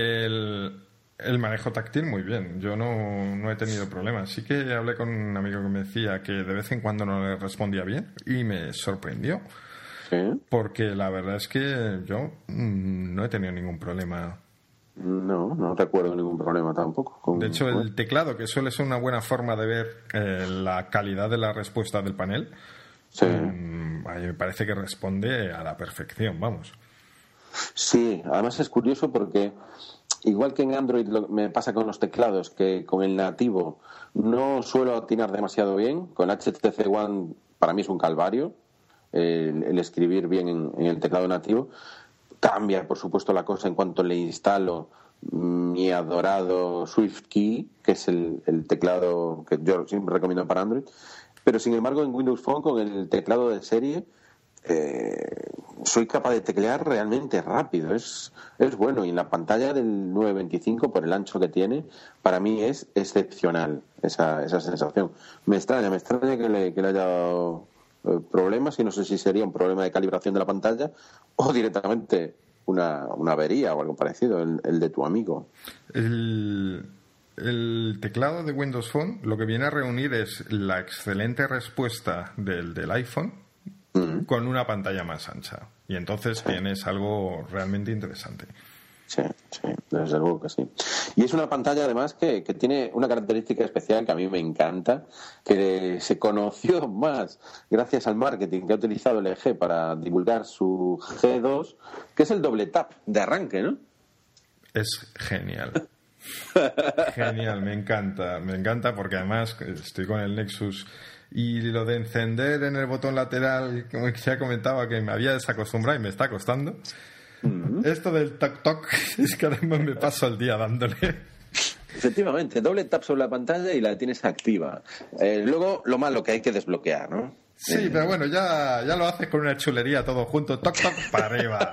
El manejo táctil, muy bien. Yo no he tenido problemas. Sí que hablé con un amigo que me decía que de vez en cuando no le respondía bien y me sorprendió. ¿Sí? Porque la verdad es que yo no he tenido ningún problema. No recuerdo ningún problema tampoco. De hecho, el teclado, que suele ser una buena forma de ver la calidad de la respuesta del panel, sí. A mí me parece que responde a la perfección, vamos. Sí, además es curioso porque igual que en Android me pasa con los teclados, que con el nativo no suelo atinar demasiado bien. Con HTC One para mí es un calvario el escribir bien en el teclado nativo. Cambia, por supuesto, la cosa en cuanto le instalo mi adorado SwiftKey, que es el teclado que yo siempre recomiendo para Android. Pero, sin embargo, en Windows Phone, con el teclado de serie, soy capaz de teclear realmente rápido. Es bueno. Y en la pantalla del 925, por el ancho que tiene, para mí es excepcional esa sensación. Me extraña que le haya dado problemas, y no sé si sería un problema de calibración de la pantalla o directamente una avería o algo parecido, el de tu amigo. El teclado de Windows Phone lo que viene a reunir es la excelente respuesta del iPhone con una pantalla más ancha, y entonces tienes algo realmente interesante. Sí, desde luego que sí. Y es una pantalla además que tiene una característica especial que a mí me encanta, que se conoció más gracias al marketing que ha utilizado LG para divulgar su G2, que es el doble tap de arranque, ¿no? Es genial. Genial, me encanta porque además estoy con el Nexus y lo de encender en el botón lateral, como ya comentaba, que me había desacostumbrado y me está costando. Esto del toc es que además me paso el día dándole. Efectivamente, doble tap sobre la pantalla y la tienes activa. Luego lo malo que hay que desbloquear, ¿no? Sí, pero bueno, ya lo haces con una chulería todo junto, toc para arriba.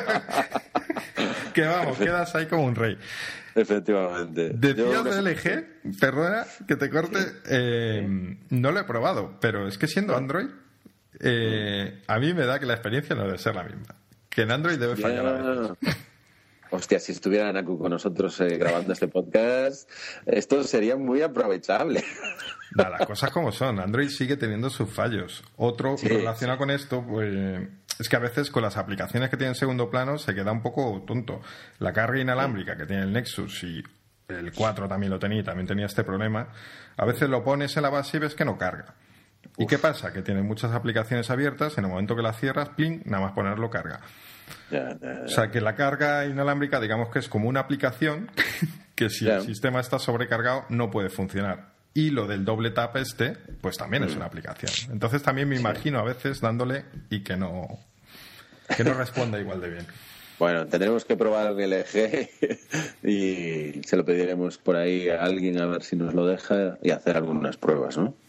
Que vamos, quedas ahí como un rey. Efectivamente. Decías de LG, perdona que te corte, no lo he probado, pero es que siendo Android, a mí me da que la experiencia no debe ser la misma. Que en Android debe fallar a veces. Hostia, si estuviera Naku con nosotros grabando este podcast, esto sería muy aprovechable. Las cosas como son. Android sigue teniendo sus fallos. Otro relacionado con esto, pues es que a veces con las aplicaciones que tienen segundo plano se queda un poco tonto. La carga inalámbrica que tiene el Nexus, y el 4 también lo tenía, también tenía este problema, a veces lo pones en la base y ves que no carga. ¿Y qué pasa? Que tiene muchas aplicaciones abiertas, en el momento que las cierras, ¡plin!, nada más ponerlo carga. Ya. O sea, que la carga inalámbrica, digamos que es como una aplicación que si el sistema está sobrecargado no puede funcionar. Y lo del doble tap pues también es una aplicación. Entonces también me imagino a veces dándole y que no responda igual de bien. Bueno, tendremos que probar el LG y se lo pediremos por ahí a alguien a ver si nos lo deja y hacer algunas pruebas, ¿no?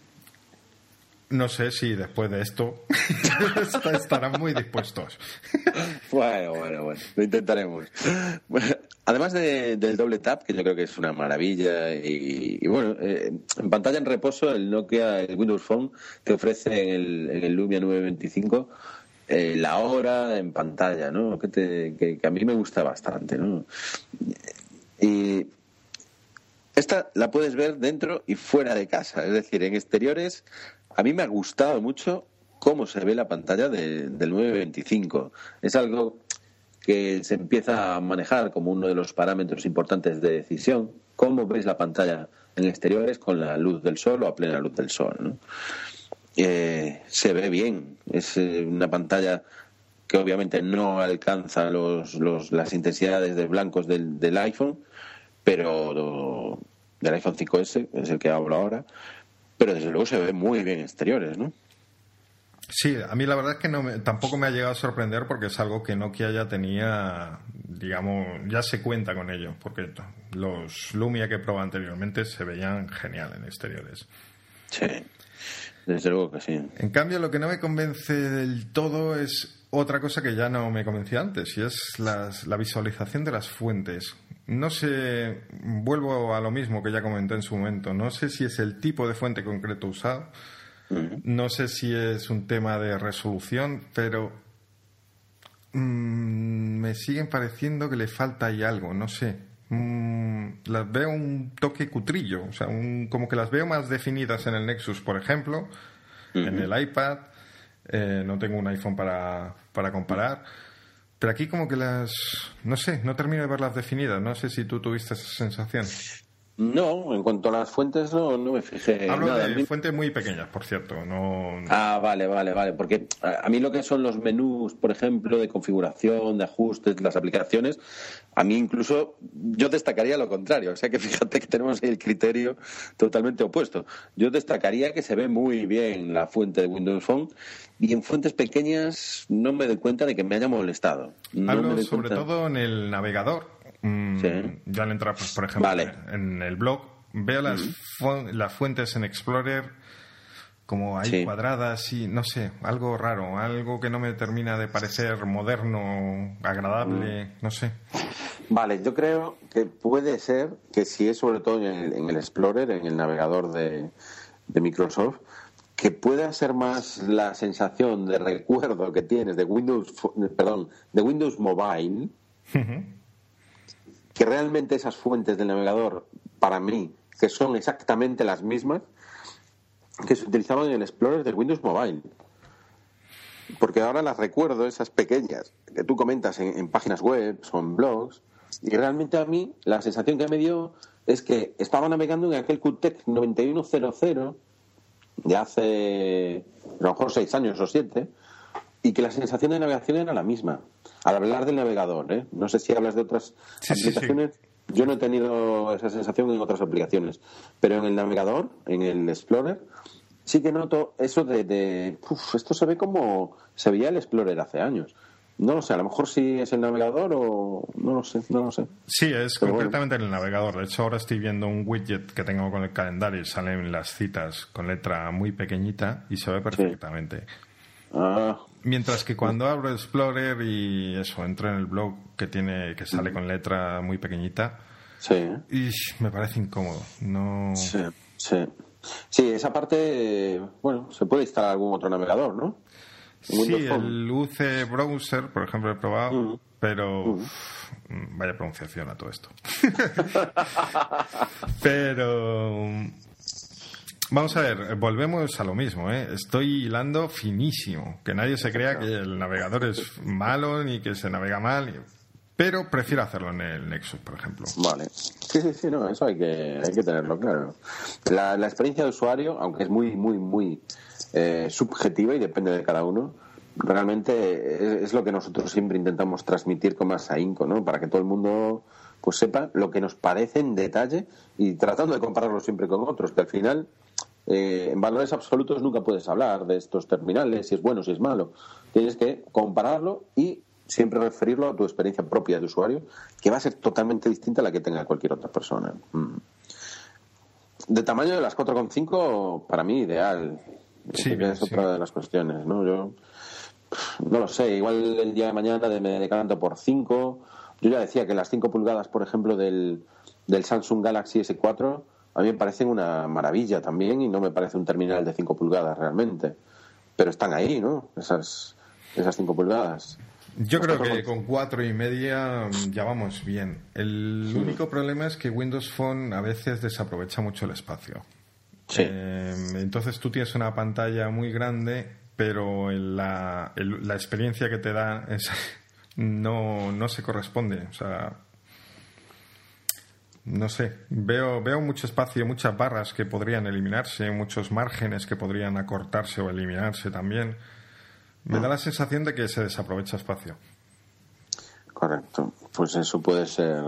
No sé si después de esto estarán muy dispuestos. Bueno, lo intentaremos. Bueno, además del doble tap, que yo creo que es una maravilla, y bueno, en pantalla en reposo, el Nokia, el Windows Phone, te ofrece en el Lumia 925 la hora en pantalla, ¿no? Que a mí me gusta bastante, ¿no? Y esta la puedes ver dentro y fuera de casa, es decir, en exteriores. A mí me ha gustado mucho cómo se ve la pantalla del 925. Es algo que se empieza a manejar como uno de los parámetros importantes de decisión. Cómo ves la pantalla en exteriores con la luz del sol o a plena luz del sol, ¿no? Se ve bien. Es una pantalla que obviamente no alcanza las intensidades de blancos del iPhone, pero del iPhone 5S, es el que hablo ahora. Pero desde luego se ve muy bien exteriores, ¿no? Sí, a mí la verdad es que tampoco me ha llegado a sorprender, porque es algo que Nokia ya tenía, digamos, ya se cuenta con ello, porque los Lumia que he probado anteriormente se veían genial en exteriores. Sí, desde luego que sí. En cambio, lo que no me convence del todo es otra cosa que ya no me convencía antes, y es la visualización de las fuentes. no sé, vuelvo a lo mismo que ya comenté en su momento. No sé si es el tipo de fuente concreto usado, no sé si es un tema de resolución, pero me siguen pareciendo que le falta ahí algo, no sé. Las veo un toque cutrillo, o sea, como que las veo más definidas en el Nexus, por ejemplo, en el iPad. No tengo un iPhone para comparar, pero aquí como que no sé, no termino de verlas definidas. No sé si tú tuviste esa sensación. No, en cuanto a las fuentes no me fijé. Hablo nada. de fuentes muy pequeñas, por cierto. No... Ah, vale, porque a mí lo que son los menús, por ejemplo, de configuración, de ajustes, las aplicaciones, a mí incluso yo destacaría lo contrario. O sea que fíjate que tenemos ahí el criterio totalmente opuesto. Yo destacaría que se ve muy bien la fuente de Windows Phone y en fuentes pequeñas no me doy cuenta de que me haya molestado. Hablo sobre todo en el navegador. Sí. Yo al entrar, pues, por ejemplo, en el blog, veo las fuentes en Explorer como ahí cuadradas y no sé, algo raro, algo que no me termina de parecer moderno, agradable, no sé. Vale, yo creo que puede ser que si es sobre todo en el Explorer, en el navegador de Microsoft, que pueda ser más la sensación de recuerdo que tienes de Windows Mobile. Que realmente esas fuentes del navegador, para mí, que son exactamente las mismas que se utilizaban en el Explorer del Windows Mobile. Porque ahora las recuerdo, esas pequeñas, que tú comentas en páginas web o en blogs, y realmente a mí la sensación que me dio es que estaba navegando en aquel QTEC 9100 de hace a lo mejor 6 años o 7, y que la sensación de navegación era la misma. Al hablar del navegador, no sé si hablas de otras aplicaciones. Sí. Yo no he tenido esa sensación en otras aplicaciones, pero en el navegador, en el Explorer, sí que noto eso esto se ve como se veía el Explorer hace años. No lo sé, a lo mejor sí es el navegador o no lo sé. Sí, es pero completamente en el navegador. De hecho, ahora estoy viendo un widget que tengo con el calendario y salen las citas con letra muy pequeñita y se ve perfectamente. Mientras que cuando abro Explorer y entro en el blog que sale con letra muy pequeñita, y me parece incómodo. No. Sí, esa parte, se puede instalar algún otro navegador, ¿no? Sí, el UC Browser, por ejemplo, he probado, pero vaya pronunciación a todo esto. Pero vamos a ver, volvemos a lo mismo, Estoy hilando finísimo. Que nadie se crea que el navegador es malo ni que se navega mal, pero prefiero hacerlo en el Nexus, por ejemplo. Vale. Sí, no, eso hay que tenerlo claro. La experiencia de usuario, aunque es muy, muy, muy subjetiva y depende de cada uno, realmente es lo que nosotros siempre intentamos transmitir con más ahínco, ¿no? Para que todo el mundo pues sepa lo que nos parece en detalle y tratando de compararlo siempre con otros, que al final en valores absolutos nunca puedes hablar de estos terminales, si es bueno, si es malo. Tienes que compararlo y siempre referirlo a tu experiencia propia de usuario, que va a ser totalmente distinta a la que tenga cualquier otra persona. De tamaño de las 4,5, para mí ideal. Sí, es otra de las cuestiones, ¿no? Yo no lo sé, igual el día de mañana me decanto por 5. Yo ya decía que las 5 pulgadas, por ejemplo, del Samsung Galaxy S4, a mí me parecen una maravilla también y no me parece un terminal de 5 pulgadas realmente. Pero están ahí, ¿no? Esas 5 pulgadas. Yo creo que con 4,5 ya vamos bien. El único problema es que Windows Phone a veces desaprovecha mucho el espacio. Sí. Entonces tú tienes una pantalla muy grande, pero la experiencia que te da no se corresponde. O sea, no sé. Veo mucho espacio, muchas barras que podrían eliminarse, muchos márgenes que podrían acortarse o eliminarse también. Me da la sensación de que se desaprovecha espacio. Correcto. Pues eso puede ser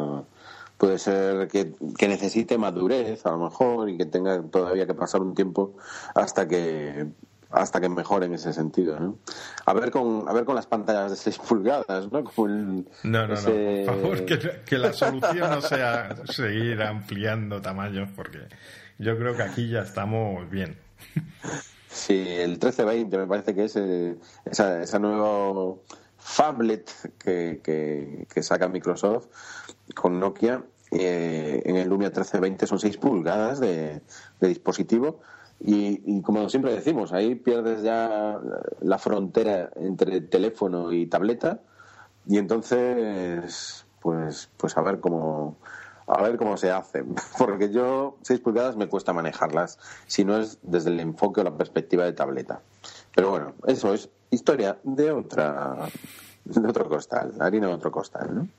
que necesite madurez a lo mejor y que tenga todavía que pasar un tiempo hasta que mejore en ese sentido, ¿no? A ver con las pantallas de 6 pulgadas, ¿no? Como no, por favor, que la solución no sea seguir ampliando tamaños, porque yo creo que aquí ya estamos bien. Sí, el 1320 me parece que es esa nueva phablet que saca Microsoft, con Nokia. En el Lumia 1320 son 6 pulgadas de dispositivo y como siempre decimos, ahí pierdes ya la frontera entre teléfono y tableta y entonces pues a ver cómo se hace, porque yo 6 pulgadas me cuesta manejarlas si no es desde el enfoque o la perspectiva de tableta, pero bueno, eso es historia de otro costal, harina de otro costal, ¿no?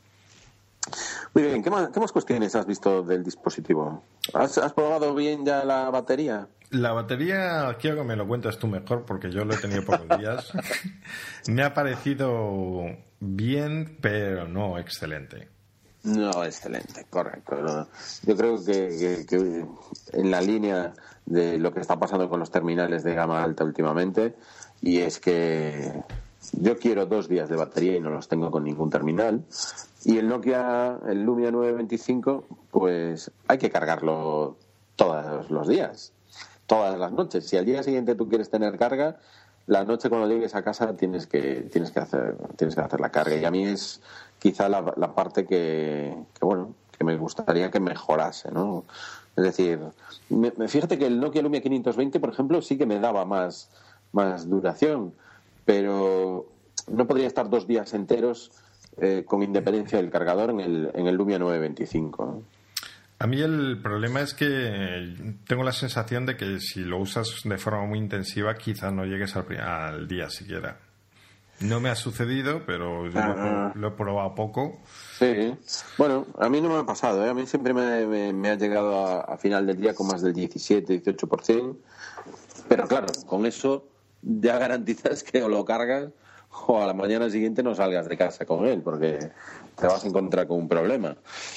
Muy bien, ¿qué más cuestiones has visto del dispositivo? ¿Has probado bien ya la batería? La batería, quiero que me lo cuentes tú mejor porque yo lo he tenido pocos días. Me ha parecido bien, pero no excelente. No, excelente, correcto. Yo creo que en la línea de lo que está pasando con los terminales de gama alta últimamente, y es que yo quiero 2 días de batería y no los tengo con ningún terminal. Y el Nokia, el Lumia 925, pues hay que cargarlo todos los días, todas las noches. Si al día siguiente tú quieres tener carga, la noche cuando llegues a casa tienes que hacer la carga. Y a mí es quizá la parte que me gustaría que mejorase, ¿no? Es decir, fíjate que el Nokia Lumia 520, por ejemplo, sí que me daba más duración, pero no podría estar 2 días enteros con independencia del cargador en el Lumia 925, ¿no? A mí el problema es que tengo la sensación de que si lo usas de forma muy intensiva quizás no llegues al día siquiera. No me ha sucedido, pero lo he probado poco. Sí, bueno, a mí no me ha pasado, ¿eh? A mí siempre me ha llegado a final del día con más del 17-18%, pero claro, con eso ya garantizas que o lo cargas o a la mañana siguiente no salgas de casa con él, porque te vas a encontrar con un problema.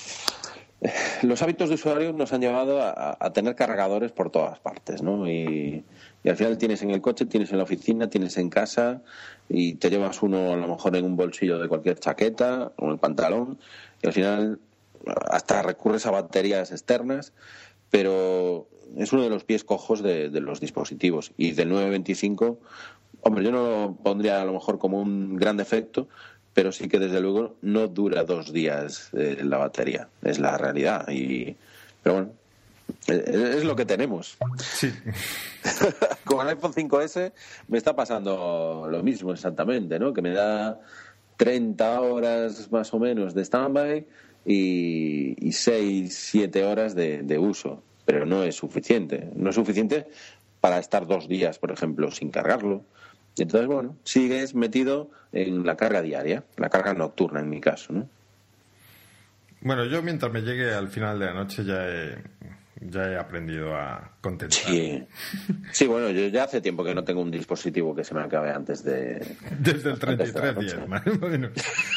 Los hábitos de usuario nos han llevado a tener cargadores por todas partes, ¿no? Y al final tienes en el coche, tienes en la oficina, tienes en casa y te llevas uno a lo mejor en un bolsillo de cualquier chaqueta o en el pantalón y al final hasta recurres a baterías externas, pero es uno de los pies cojos de los dispositivos. Y del 925, hombre, yo no lo pondría a lo mejor como un gran defecto, pero sí que desde luego no dura 2 días la batería, es la realidad. Pero bueno, es lo que tenemos. Sí. Con el iPhone 5S me está pasando lo mismo exactamente, ¿no? Que me da 30 horas más o menos de standby y 6-7 horas de uso, pero no es suficiente. No es suficiente para estar 2 días, por ejemplo, sin cargarlo. Entonces, bueno, sigues metido en la carga diaria, la carga nocturna en mi caso, ¿no? Bueno, yo mientras me llegue al final de la noche ya he aprendido a contentar. Sí, bueno, yo ya hace tiempo que no tengo un dispositivo que se me acabe antes de... Desde el 3310, más o menos.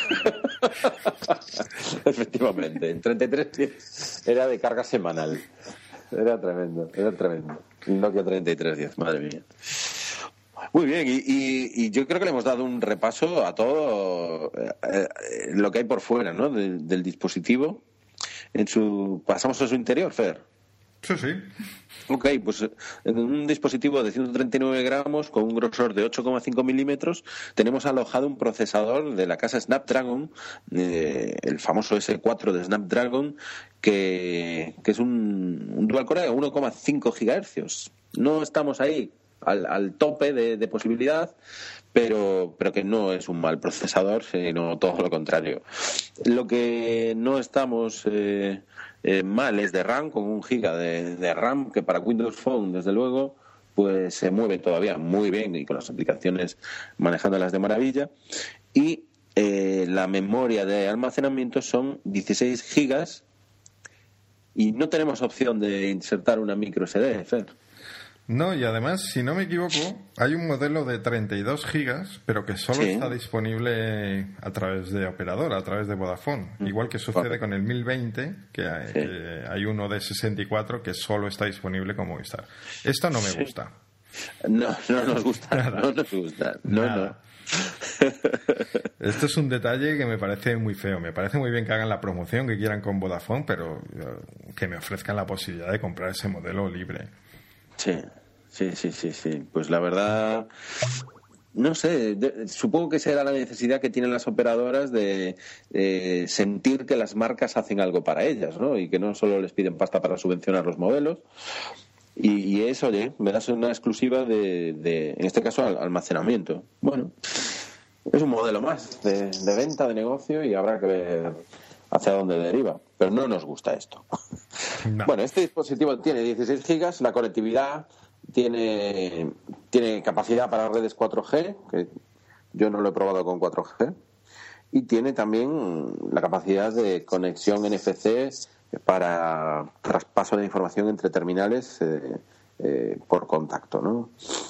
Efectivamente, el 3310 era de carga semanal. Era tremendo. El Nokia 3310, madre mía. Muy bien, y yo creo que le hemos dado un repaso a todo lo que hay por fuera, ¿no? del dispositivo. Pasamos a su interior, Fer. Sí. Ok, pues en un dispositivo de 139 gramos con un grosor de 8,5 milímetros tenemos alojado un procesador de la casa Snapdragon, el famoso S4 de Snapdragon, que es un dual core de 1,5 gigahercios. No estamos ahí al tope de posibilidad, pero que no es un mal procesador, sino todo lo contrario. Lo que no estamos mal es de RAM, con 1 giga de RAM, que para Windows Phone, desde luego, pues se mueve todavía muy bien y con las aplicaciones manejándolas de maravilla. Y la memoria de almacenamiento son 16 gigas y no tenemos opción de insertar una micro SD, Fer. No, y además, si no me equivoco, hay un modelo de 32 gigas, pero que solo está disponible a través de operadora, a través de Vodafone. Igual que sucede con el 1020, que hay uno de 64 que solo está disponible con Movistar. Esto no me gusta. No nos gusta. Nada. No nos gusta. No. Esto es un detalle que me parece muy feo. Me parece muy bien que hagan la promoción que quieran con Vodafone, pero que me ofrezcan la posibilidad de comprar ese modelo libre. Sí. Pues la verdad, no sé, supongo que será la necesidad que tienen las operadoras de sentir que las marcas hacen algo para ellas, ¿no? Y que no solo les piden pasta para subvencionar los modelos. Y eso, oye, me das una exclusiva de en este caso, almacenamiento. Bueno, es un modelo más de venta, de negocio, y habrá que ver hacia dónde deriva. Pero no nos gusta esto. No. Bueno, este dispositivo tiene 16 gigas, la conectividad tiene capacidad para redes 4G, que yo no lo he probado con 4G, y tiene también la capacidad de conexión NFC para traspaso de información entre terminales por contacto, ¿no?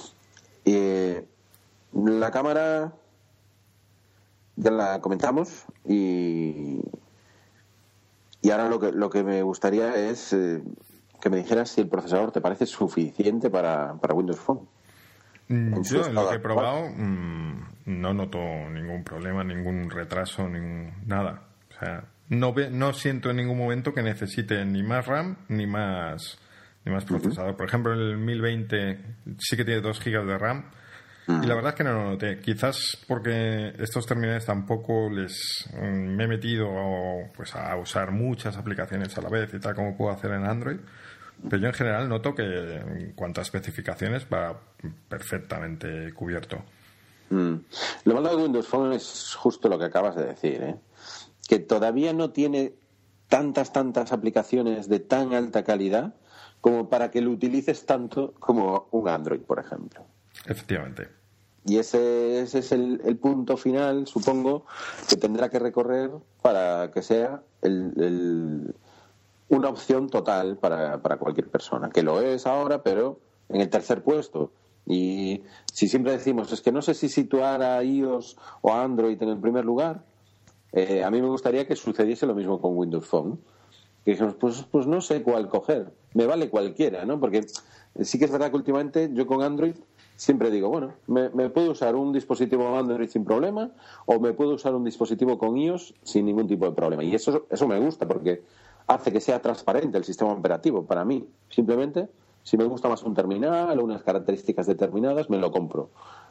La cámara ya la comentamos, y ahora lo que me gustaría es que me dijeras si el procesador te parece suficiente para Windows Phone. Yo en lo que he probado no noto ningún problema, ningún retraso, nada. O sea, no siento en ningún momento que necesite ni más RAM ni más procesador. Por ejemplo, el 1020 sí que tiene 2 GB de RAM, y la verdad es que no lo noté. Quizás porque estos terminales tampoco me he metido a usar muchas aplicaciones a la vez y tal, como puedo hacer en Android. Pero yo en general noto que en cuanto a especificaciones va perfectamente cubierto. Lo malo de Windows Phone es justo lo que acabas de decir, ¿eh? Que todavía no tiene tantas aplicaciones de tan alta calidad como para que lo utilices tanto como un Android, por ejemplo. Efectivamente. Y ese es el punto final, supongo, que tendrá que recorrer para que sea una opción total para cualquier persona, que lo es ahora, pero en el tercer puesto. Y si siempre decimos, es que no sé si situar a iOS o a Android en el primer lugar, a mí me gustaría que sucediese lo mismo con Windows Phone. Que dijimos, pues no sé cuál coger, me vale cualquiera, ¿no? Porque sí que es verdad que últimamente yo con Android siempre digo, bueno, me puedo usar un dispositivo Android sin problema, o me puedo usar un dispositivo con iOS sin ningún tipo de problema. Y eso me gusta, porque hace que sea transparente el sistema operativo para mí. Simplemente, si me gusta más un terminal o unas características determinadas, me lo compro.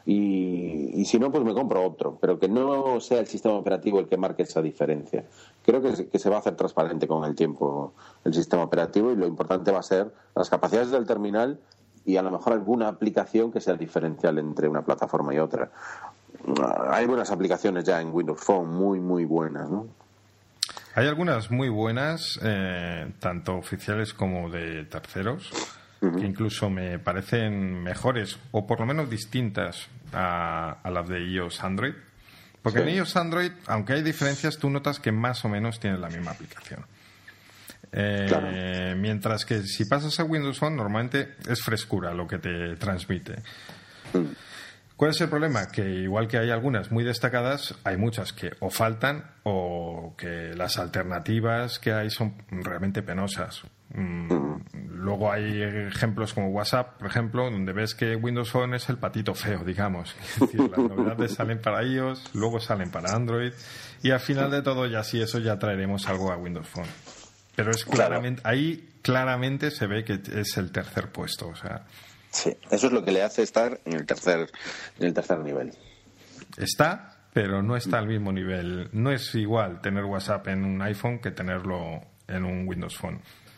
Y si no, pues me compro otro, pero que no sea el sistema operativo el que marque esa diferencia. Creo que se va a hacer transparente con el tiempo el sistema operativo, y lo importante va a ser las capacidades del terminal y a lo mejor alguna aplicación que sea diferencial entre una plataforma y otra. Hay buenas aplicaciones ya en Windows Phone, muy, muy buenas, ¿no? Hay algunas muy buenas, tanto oficiales como de terceros, que incluso me parecen mejores, o por lo menos distintas a las de iOS Android. Porque en iOS Android, aunque hay diferencias, tú notas que más o menos tienes la misma aplicación. Claro. Mientras que si pasas a Windows Phone, normalmente es frescura lo que te transmite. ¿Cuál es el problema? Que igual que hay algunas muy destacadas, hay muchas que o faltan, o que las alternativas que hay son realmente penosas. Luego hay ejemplos como WhatsApp, por ejemplo, donde ves que Windows Phone es el patito feo, digamos. Es decir, las novedades salen para iOS, luego salen para Android, y al final de todo, ya sí, eso ya traeremos algo a Windows Phone. Pero es claramente, ahí claramente se ve que es el tercer puesto, o sea. Sí, eso es lo que le hace estar en el tercer nivel. Está, pero no está al mismo nivel. No es igual tener WhatsApp en un iPhone que tenerlo en un Windows Phone.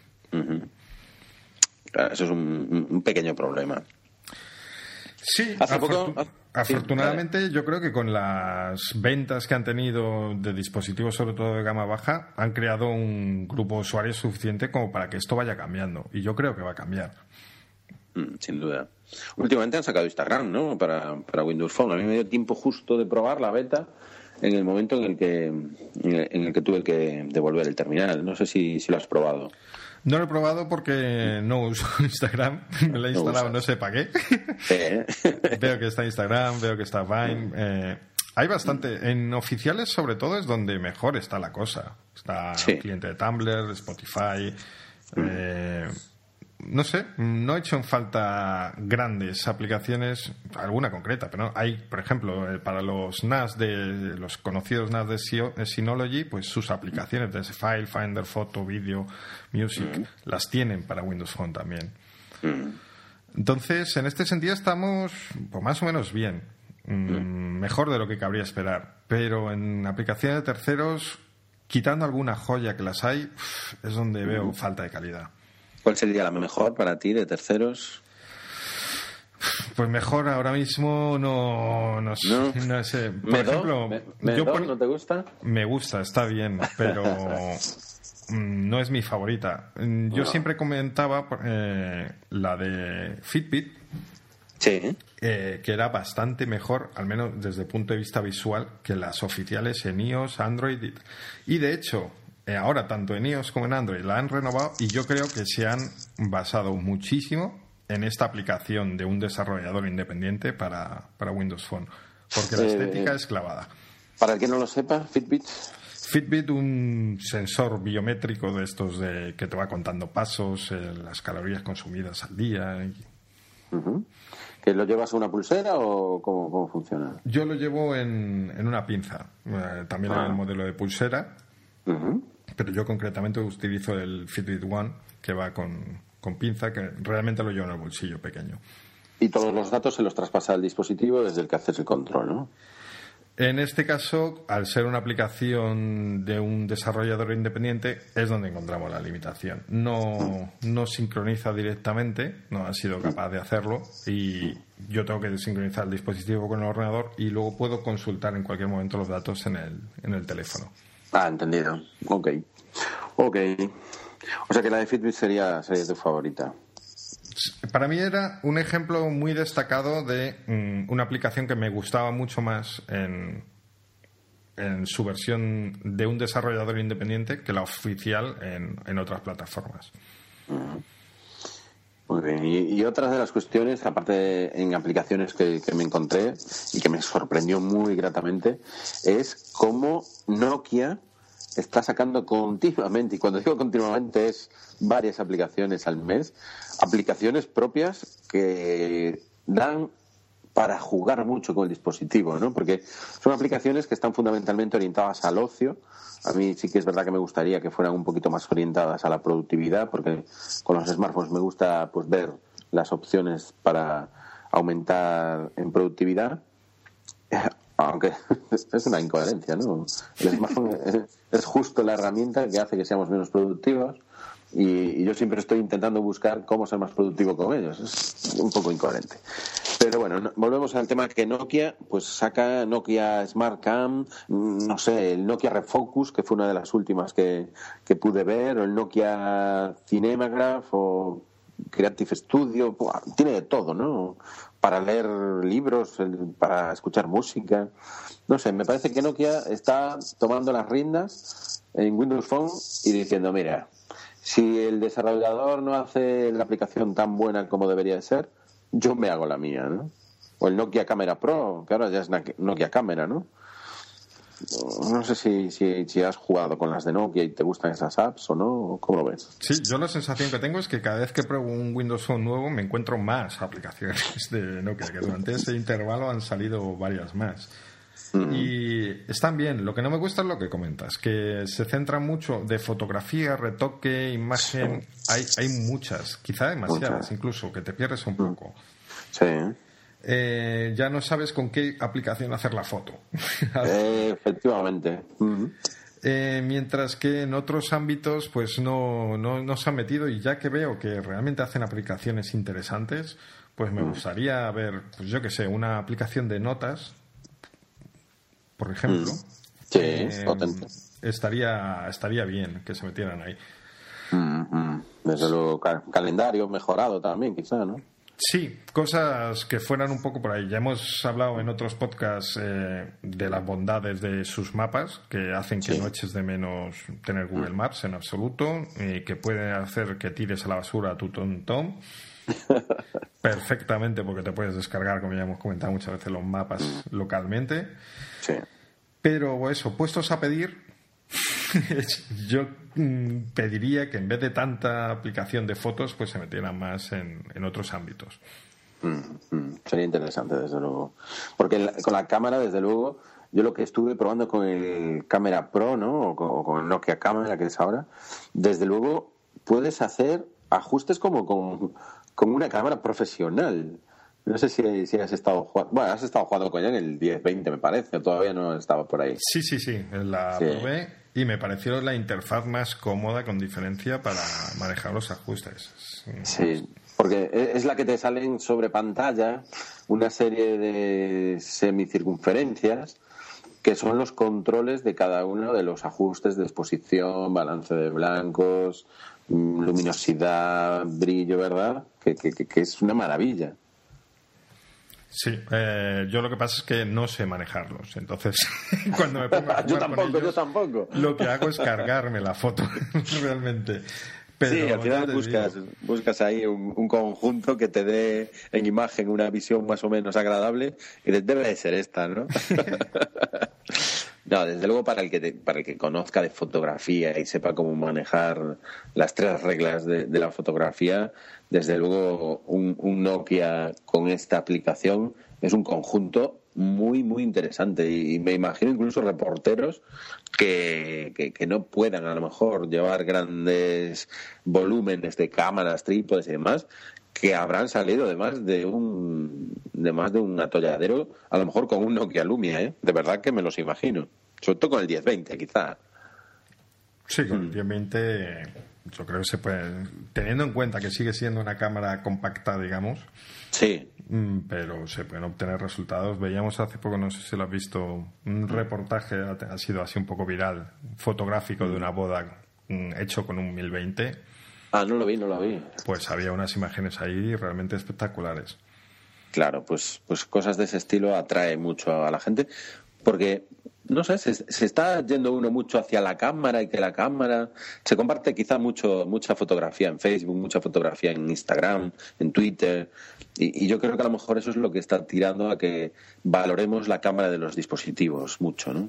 Claro, eso es un pequeño problema. Sí, afortunadamente yo creo que con las ventas que han tenido de dispositivos, sobre todo de gama baja, han creado un grupo de usuarios suficiente como para que esto vaya cambiando. Y yo creo que va a cambiar. Sin duda. Últimamente han sacado Instagram, ¿no? Para Windows Phone. A mí me dio tiempo justo de probar la beta en el momento en el que tuve que devolver el terminal. No sé si lo has probado. No lo he probado porque no uso Instagram. Me lo he instalado, no sé para qué. Veo que está Instagram, veo que está Vine. Hay bastante. En oficiales, sobre todo, es donde mejor está la cosa. Está el cliente de Tumblr, Spotify. No sé, no he hecho en falta grandes aplicaciones, alguna concreta, pero no. Hay, por ejemplo, para los NAS los conocidos NAS de Synology, pues sus aplicaciones de File, Finder, Photo, Video, Music, las tienen para Windows Phone también. Entonces, en este sentido estamos pues, más o menos bien. mejor de lo que cabría esperar. Pero en aplicaciones de terceros, quitando alguna joya que las hay, es donde veo falta de calidad. ¿Cuál sería la mejor para ti de terceros? Pues mejor ahora mismo no sé. Por ejemplo, ¿no te gusta? Me gusta, está bien, pero no es mi favorita. Yo siempre comentaba la de Fitbit, sí, que era bastante mejor, al menos desde el punto de vista visual, que las oficiales en iOS, Android. Y de hecho, ahora tanto en iOS como en Android la han renovado y yo creo que se han basado muchísimo en esta aplicación de un desarrollador independiente para Windows Phone, porque la estética es clavada. Para el que no lo sepa, Fitbit, un sensor biométrico de estos que te va contando pasos, las calorías consumidas al día. ¿Que lo llevas a una pulsera o cómo funciona? Yo lo llevo en una pinza. También hay el modelo de pulsera, pero yo concretamente utilizo el Fitbit One, que va con pinza, que realmente lo llevo en el bolsillo pequeño. Y todos los datos se los traspasa al dispositivo desde el que haces el control, ¿no? En este caso, al ser una aplicación de un desarrollador independiente, es donde encontramos la limitación. No sincroniza directamente, no ha sido capaz de hacerlo, y yo tengo que sincronizar el dispositivo con el ordenador y luego puedo consultar en cualquier momento los datos en el teléfono. Entendido. Ok. O sea que la de Fitbit sería tu favorita. Para mí era un ejemplo muy destacado de una aplicación que me gustaba mucho más en su versión de un desarrollador independiente que la oficial en otras plataformas. Muy bien. Y otras de las cuestiones, aparte en aplicaciones que me encontré y que me sorprendió muy gratamente, es cómo Nokia está sacando continuamente, y cuando digo continuamente es varias aplicaciones al mes, aplicaciones propias que dan para jugar mucho con el dispositivo, ¿no? Porque son aplicaciones que están fundamentalmente orientadas al ocio. A mí sí que es verdad que me gustaría que fueran un poquito más orientadas a la productividad, porque con los smartphones me gusta pues ver las opciones para aumentar en productividad. Aunque es una incoherencia, ¿no? El smartphone es justo la herramienta que hace que seamos menos productivos y yo siempre estoy intentando buscar cómo ser más productivo con ellos. Es un poco incoherente. Pero bueno, volvemos al tema que Nokia pues saca Nokia Smart Cam, no sé, el Nokia Refocus, que fue una de las últimas que pude ver, o el Nokia Cinemagraph o Creative Studio, tiene de todo, ¿no? Para leer libros, para escuchar música. No sé, me parece que Nokia está tomando las riendas en Windows Phone y diciendo, mira, si el desarrollador no hace la aplicación tan buena como debería de ser, yo me hago la mía, ¿no? O el Nokia Camera Pro, que ahora ya es Nokia Camera, ¿no? No sé si has jugado con las de Nokia y te gustan esas apps o no, ¿cómo lo ves? Sí, yo la sensación que tengo es que cada vez que pruebo un Windows Phone nuevo me encuentro más aplicaciones de Nokia, que durante ese intervalo han salido varias más. Y están bien. Lo que no me gusta es lo que comentas, que se centra mucho de fotografía, retoque, imagen. Hay muchas, quizá demasiadas incluso, que te pierdes un poco. Sí. Ya no sabes con qué aplicación hacer la foto. Efectivamente. Mientras que en otros ámbitos pues no se han metido, y ya que veo que realmente hacen aplicaciones interesantes, pues me gustaría ver, pues yo que sé, una aplicación de notas, por ejemplo. Sí, estaría bien que se metieran ahí. Desde luego, calendario mejorado también, quizá, ¿no? Sí, cosas que fueran un poco por ahí. Ya hemos hablado en otros podcasts de las bondades de sus mapas, que hacen que no eches de menos tener Google Maps en absoluto, y que pueden hacer que tires a la basura tu TomTom perfectamente, porque te puedes descargar, como ya hemos comentado muchas veces, los mapas localmente. Sí. Pero eso, puestos a pedir, yo pediría que en vez de tanta aplicación de fotos, pues se metieran más en otros ámbitos. Sería interesante, desde luego. Porque con la cámara, desde luego, yo lo que estuve probando con el Camera Pro, ¿no? O con el Nokia Camera, que es ahora, desde luego puedes hacer ajustes como con una cámara profesional. No sé si has estado jugando. Bueno, has estado jugando con ella en el 10-20, me parece. Todavía no estaba por ahí. Sí. La probé y me pareció la interfaz más cómoda, con diferencia, para manejar los ajustes. Sí, porque es la que te salen sobre pantalla una serie de semicircunferencias que son los controles de cada uno de los ajustes de exposición, balance de blancos, luminosidad, brillo, ¿verdad? Que es una maravilla. Sí, yo lo que pasa es que no sé manejarlos, entonces cuando me pongo a jugar yo tampoco. Lo que hago es cargarme la foto, realmente. Pero sí, al final buscas ahí un conjunto que te dé en imagen una visión más o menos agradable y debe de ser esta, ¿no? No, desde luego para el que conozca de fotografía y sepa cómo manejar las 3 reglas de la fotografía, desde luego un Nokia con esta aplicación es un conjunto muy, muy interesante. Y me imagino incluso reporteros que no puedan a lo mejor llevar grandes volúmenes de cámaras, trípodes y demás, que habrán salido de más de un atolladero, a lo mejor con un Nokia Lumia, ¿eh? De verdad que me los imagino. Sobre todo con el 1020, quizá. Sí, con el 1020 yo creo que se puede, teniendo en cuenta que sigue siendo una cámara compacta, digamos. Sí. Pero se pueden obtener resultados. Veíamos hace poco, no sé si lo has visto, un reportaje, ha sido así un poco viral, fotográfico de una boda hecho con un 1020. Ah, no lo vi. Pues había unas imágenes ahí realmente espectaculares. Claro, pues cosas de ese estilo atrae mucho a la gente, porque no sé, se está yendo uno mucho hacia la cámara y que la cámara se comparte quizá mucha fotografía en Facebook, mucha fotografía en Instagram, en Twitter, y yo creo que a lo mejor eso es lo que está tirando a que valoremos la cámara de los dispositivos mucho, ¿no?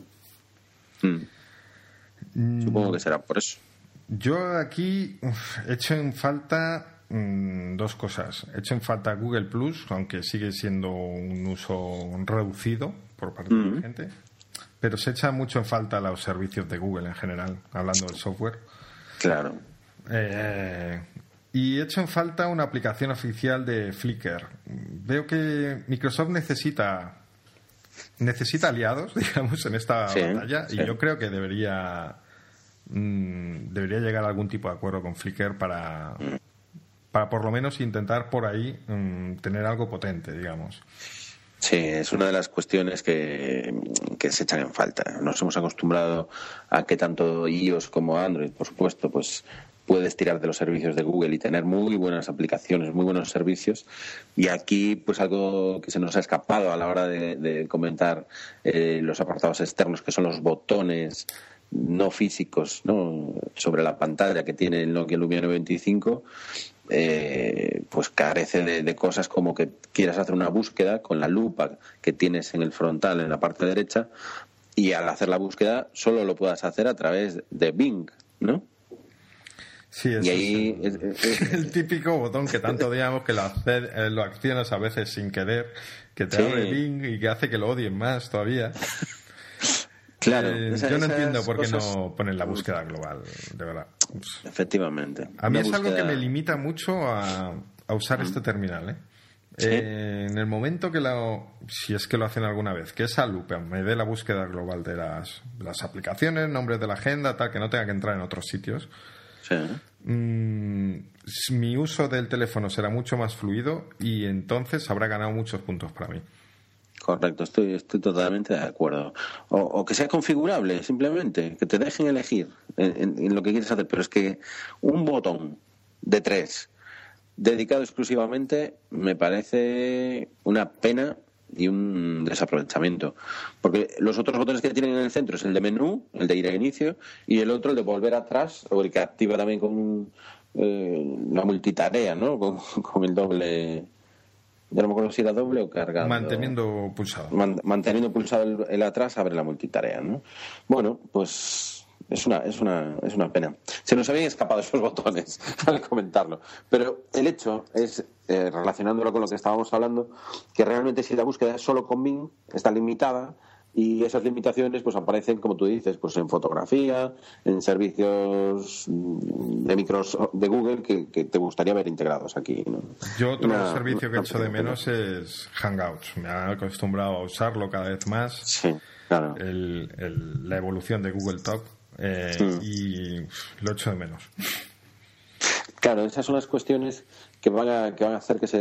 Supongo que será por eso. Yo aquí echo en falta 2 cosas. Echo en falta Google Plus, aunque sigue siendo un uso reducido por parte de la gente. Pero se echa mucho en falta los servicios de Google en general, hablando del software. Claro. Y echo en falta una aplicación oficial de Flickr. Veo que Microsoft necesita aliados, digamos, en esta batalla. Sí. Y yo creo que debería llegar a algún tipo de acuerdo con Flickr para por lo menos intentar por ahí tener algo potente, digamos. Sí, es una de las cuestiones que se echan en falta. Nos hemos acostumbrado a que tanto iOS como Android, por supuesto, pues puedes tirar de los servicios de Google y tener muy buenas aplicaciones, muy buenos servicios. Y aquí, pues algo que se nos ha escapado a la hora de comentar los apartados externos, que son los botones no físicos, ¿no?, sobre la pantalla que tiene el Nokia Lumia 925. Pues carece de cosas como que quieras hacer una búsqueda con la lupa que tienes en el frontal en la parte derecha, y al hacer la búsqueda solo lo puedas hacer a través de Bing, ¿no? Sí, y ahí es el típico botón que tanto odiamos, que lo accionas a veces sin querer, que te abre Bing y que hace que lo odien más todavía. Claro, yo no entiendo por qué no ponen la búsqueda global, de verdad. Efectivamente. A mí es algo que me limita mucho a usar este terminal, ¿eh? ¿Sí? En el momento que si es que lo hacen alguna vez, que esa lupa me dé la búsqueda global de las aplicaciones, nombres de la agenda, tal, que no tenga que entrar en otros sitios. Sí. Mi uso del teléfono será mucho más fluido y entonces habrá ganado muchos puntos para mí. Correcto, estoy totalmente de acuerdo. O que sea configurable, simplemente, que te dejen elegir en lo que quieres hacer. Pero es que un botón de 3 dedicado exclusivamente me parece una pena y un desaprovechamiento. Porque los otros botones que tienen en el centro es el de menú, el de ir a inicio, y el otro, el de volver atrás, o el que activa también con la multitarea, ¿no? Con el doble... Ya no me acuerdo si era doble o cargado. Manteniendo pulsado. Manteniendo pulsado el atrás, abre la multitarea, ¿no? Bueno, pues es una pena. Se nos habían escapado esos botones al comentarlo. Pero el hecho es, relacionándolo con lo que estábamos hablando, que realmente si la búsqueda es solo con Bing, está limitada Y esas limitaciones pues aparecen, como tú dices, pues en fotografía, en servicios de Microsoft, de Google que te gustaría ver integrados aquí, ¿no? Yo otro servicio que echo de menos es Hangouts. Me han acostumbrado a usarlo cada vez más. Sí, claro. La evolución de Google Talk y lo echo de menos. Claro, esas son las cuestiones que van a hacer que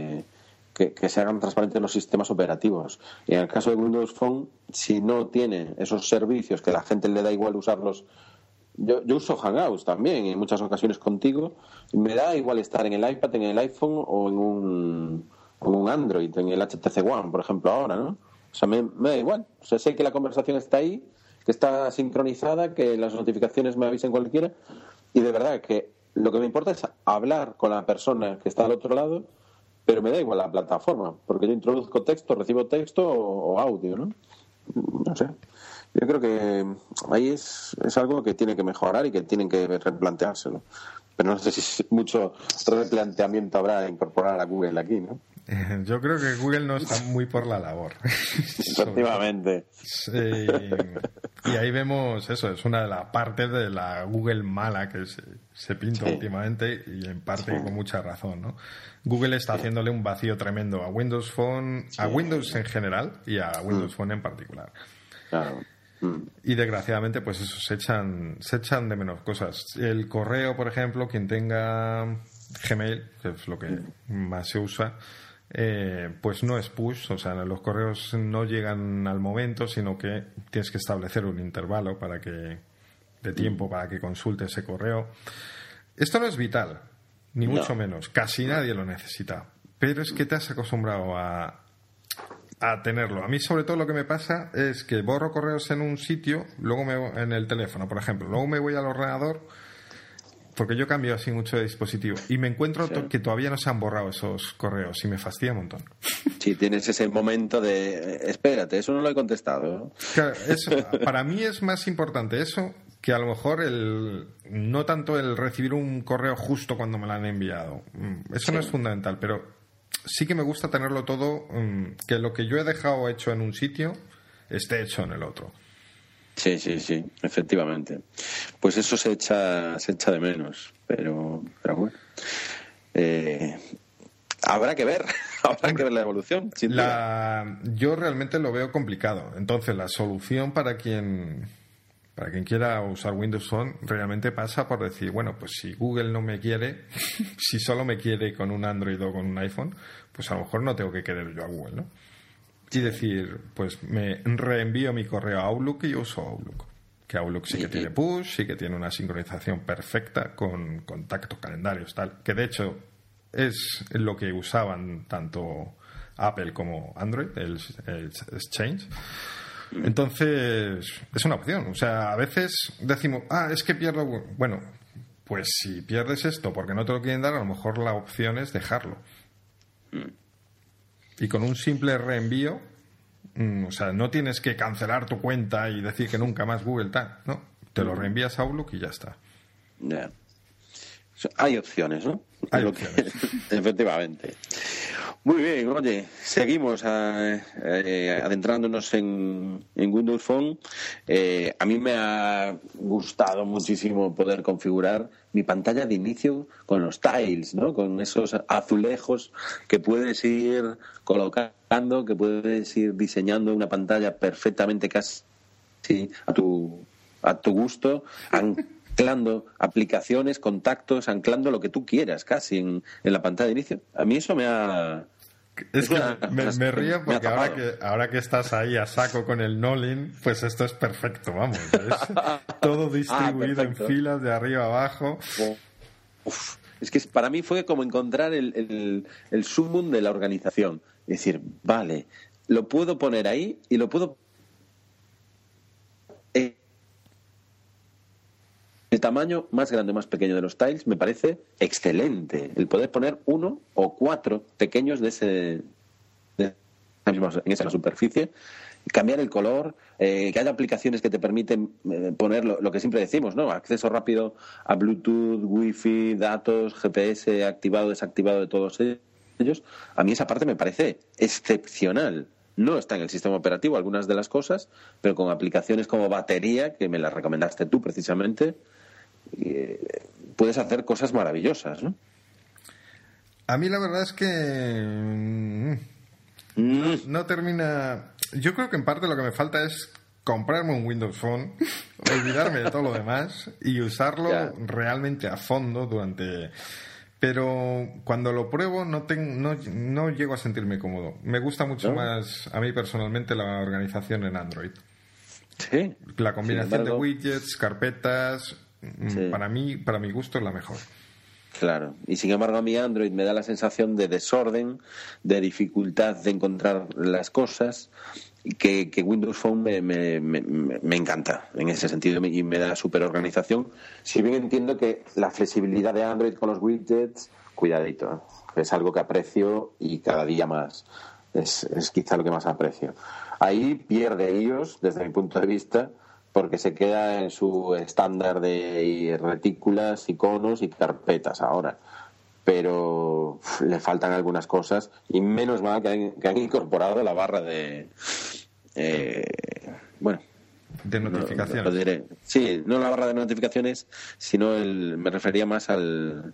se hagan transparentes los sistemas operativos. Y en el caso de Windows Phone, si no tiene esos servicios que a la gente le da igual usarlos, yo uso Hangouts también en muchas ocasiones contigo, y me da igual estar en el iPad, en el iPhone o en un Android, en el HTC One, por ejemplo, ahora, ¿no? O sea, me da igual. O sea, sé que la conversación está ahí, que está sincronizada, que las notificaciones me avisen cualquiera, y de verdad que lo que me importa es hablar con la persona que está al otro lado, pero me da igual la plataforma, porque yo introduzco texto, recibo texto o audio, ¿no? No sé. Yo creo que ahí es algo que tiene que mejorar y que tienen que replanteárselo. Pero no sé si mucho replanteamiento habrá de incorporar a Google aquí, ¿no? Yo creo que Google no está muy por la labor. Efectivamente. Sí, y ahí vemos eso, es una de las partes de la Google mala que se pinta últimamente, y en parte con mucha razón, ¿no? Google está haciéndole un vacío tremendo a Windows Phone, a Windows en general y a Windows Phone en particular. Claro. Y desgraciadamente pues eso, se echan de menos cosas. El correo, por ejemplo, quien tenga Gmail, que es lo que más se usa, pues no es push, o sea, los correos no llegan al momento, sino que tienes que establecer un intervalo de tiempo para que consulte ese correo. Esto no es vital, ni mucho menos, casi nadie lo necesita, pero es que te has acostumbrado a tenerlo. A mí, sobre todo, lo que me pasa es que borro correos en un sitio, luego en el teléfono, por ejemplo, luego me voy al ordenador, porque yo cambio así mucho de dispositivo, y me encuentro que todavía no se han borrado esos correos y me fastidia un montón. Sí, tienes ese momento de espérate, eso no lo he contestado, ¿no? Claro, eso, para mí es más importante eso que a lo mejor no tanto el recibir un correo justo cuando me lo han enviado. Eso no es fundamental, pero sí que me gusta tenerlo todo, que lo que yo he dejado hecho en un sitio esté hecho en el otro. Sí, efectivamente. Pues eso se echa de menos, pero bueno. Habrá que ver la evolución. Yo realmente lo veo complicado. Entonces, la solución para quien quiera usar Windows Phone realmente pasa por decir, bueno, pues si Google no me quiere, si solo me quiere con un Android o con un iPhone, pues a lo mejor no tengo que querer yo a Google, ¿no? Y decir, pues me reenvío mi correo a Outlook y uso Outlook. Que Outlook sí que tiene push, sí que tiene una sincronización perfecta con contactos, calendarios, tal. Que de hecho es lo que usaban tanto Apple como Android, el Exchange. Entonces, es una opción. O sea, a veces decimos, es que pierdo. Bueno, pues si pierdes esto porque no te lo quieren dar, a lo mejor la opción es dejarlo. Y con un simple reenvío, o sea, no tienes que cancelar tu cuenta y decir que nunca más Google tal, ¿no? Te lo reenvías a Outlook y ya está. Yeah. Hay opciones, ¿no? Hay opciones. Efectivamente. Muy bien, oye, seguimos adentrándonos en Windows Phone. A mí me ha gustado muchísimo poder configurar mi pantalla de inicio con los tiles, ¿no? Con esos azulejos que puedes ir colocando, que puedes ir diseñando una pantalla perfectamente casi a tu gusto, anclando aplicaciones, contactos, anclando lo que tú quieras casi en la pantalla de inicio. A mí eso me ha... Es que me río porque ahora que estás ahí a saco con el Nolin, pues esto es perfecto, vamos. Es todo distribuido en filas de arriba a abajo. Uf, es que para mí fue como encontrar el sumum de la organización. Es decir, vale, lo puedo poner ahí y lo puedo... El tamaño más grande o más pequeño de los tiles me parece excelente. El poder poner 1 o 4 pequeños en esa superficie, cambiar el color, que haya aplicaciones que te permiten poner lo que siempre decimos, ¿no? Acceso rápido a Bluetooth, Wi-Fi, datos, GPS activado, desactivado de todos ellos. A mí esa parte me parece excepcional. no está en el sistema operativo algunas de las cosas, pero con aplicaciones como batería, que me las recomendaste tú precisamente, puedes hacer cosas maravillosas, ¿no? A mí la verdad es que no termina. Yo creo que en parte lo que me falta es comprarme un Windows Phone, olvidarme de todo lo demás y usarlo realmente a fondo Pero cuando lo pruebo no llego a sentirme cómodo. Me gusta mucho más, a mí personalmente, la organización en Android. Sí. La combinación de widgets, carpetas, para mi gusto es la mejor. Claro, y sin embargo a mí Android me da la sensación de desorden, de dificultad de encontrar las cosas, que Windows Phone me encanta en ese sentido y me da súper organización. Si bien entiendo que la flexibilidad de Android con los widgets, cuidadito, es algo que aprecio y cada día más. Es quizá lo que más aprecio. Ahí pierde iOS, desde mi punto de vista, porque se queda en su estándar de retículas, iconos y carpetas ahora. Pero le faltan algunas cosas y menos mal que han incorporado la barra de... de notificaciones. Lo diré. Sí, no la barra de notificaciones, sino me refería más al...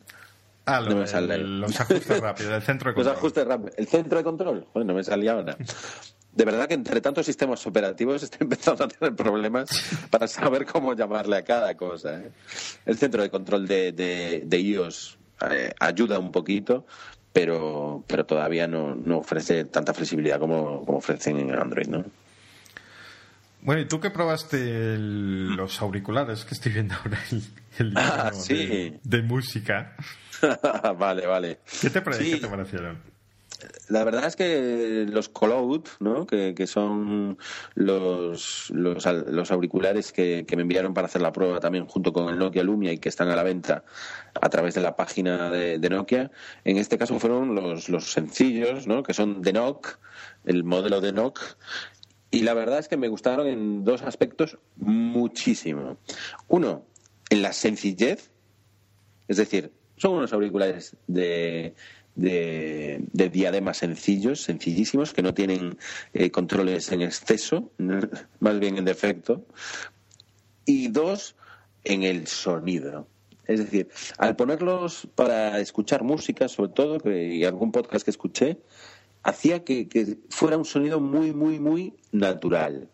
los ajustes rápidos, el centro de control. Los ajustes rápidos. ¿El centro de control? Bueno, me salía ahora. De verdad que entre tantos sistemas operativos estoy empezando a tener problemas para saber cómo llamarle a cada cosa. El centro de control de iOS ayuda un poquito, pero todavía no ofrece tanta flexibilidad como ofrecen en Android, ¿no? Bueno, ¿y tú qué probaste los auriculares que estoy viendo ahora el icono sí. de música? Vale. ¿Qué te parecieron? La verdad es que los Coloud, ¿no? que son los auriculares que me enviaron para hacer la prueba también junto con el Nokia Lumia y que están a la venta a través de la página de Nokia, en este caso fueron los sencillos, ¿no? Que son de NOC, el modelo de NOC, y la verdad es que me gustaron en dos aspectos muchísimo. Uno, en la sencillez, es decir, son unos auriculares de diadema sencillísimos, que no tienen controles en exceso, más bien en defecto. Y dos, en el sonido. Es decir, al ponerlos para escuchar música, sobre todo, y algún podcast que escuché, hacía que fuera un sonido muy, muy, muy natural.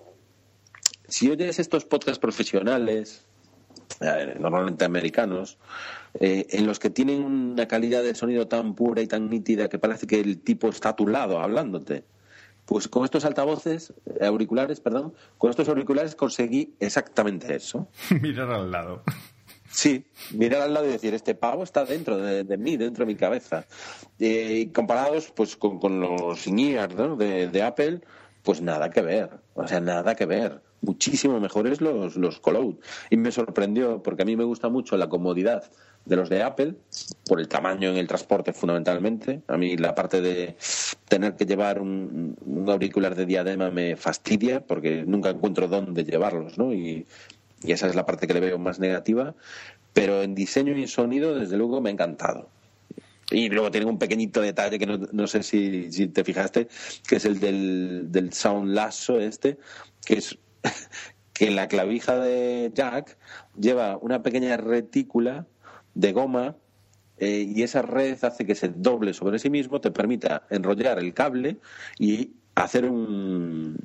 Si oyes estos podcasts profesionales, normalmente americanos, en los que tienen una calidad de sonido tan pura y tan nítida que parece que el tipo está a tu lado hablándote, pues con estos auriculares conseguí exactamente eso. Mirar al lado. Sí, mirar al lado y decir, este pavo está dentro de mí, dentro de mi cabeza. Comparados pues con los in-ear, ¿no? de Apple, pues nada que ver. O sea, nada que ver. Muchísimo mejores los Coloud. Y me sorprendió, porque a mí me gusta mucho la comodidad de los de Apple, por el tamaño en el transporte fundamentalmente. A mí la parte de tener que llevar un auricular de diadema me fastidia, porque nunca encuentro dónde llevarlos, ¿no? Y esa es la parte que le veo más negativa. Pero en diseño y en sonido, desde luego, me ha encantado. Y luego tienen un pequeñito detalle que no sé si te fijaste, que es el del Sound Lasso que es que en la clavija de jack lleva una pequeña retícula de goma y esa red hace que se doble sobre sí mismo, te permita enrollar el cable y hacer una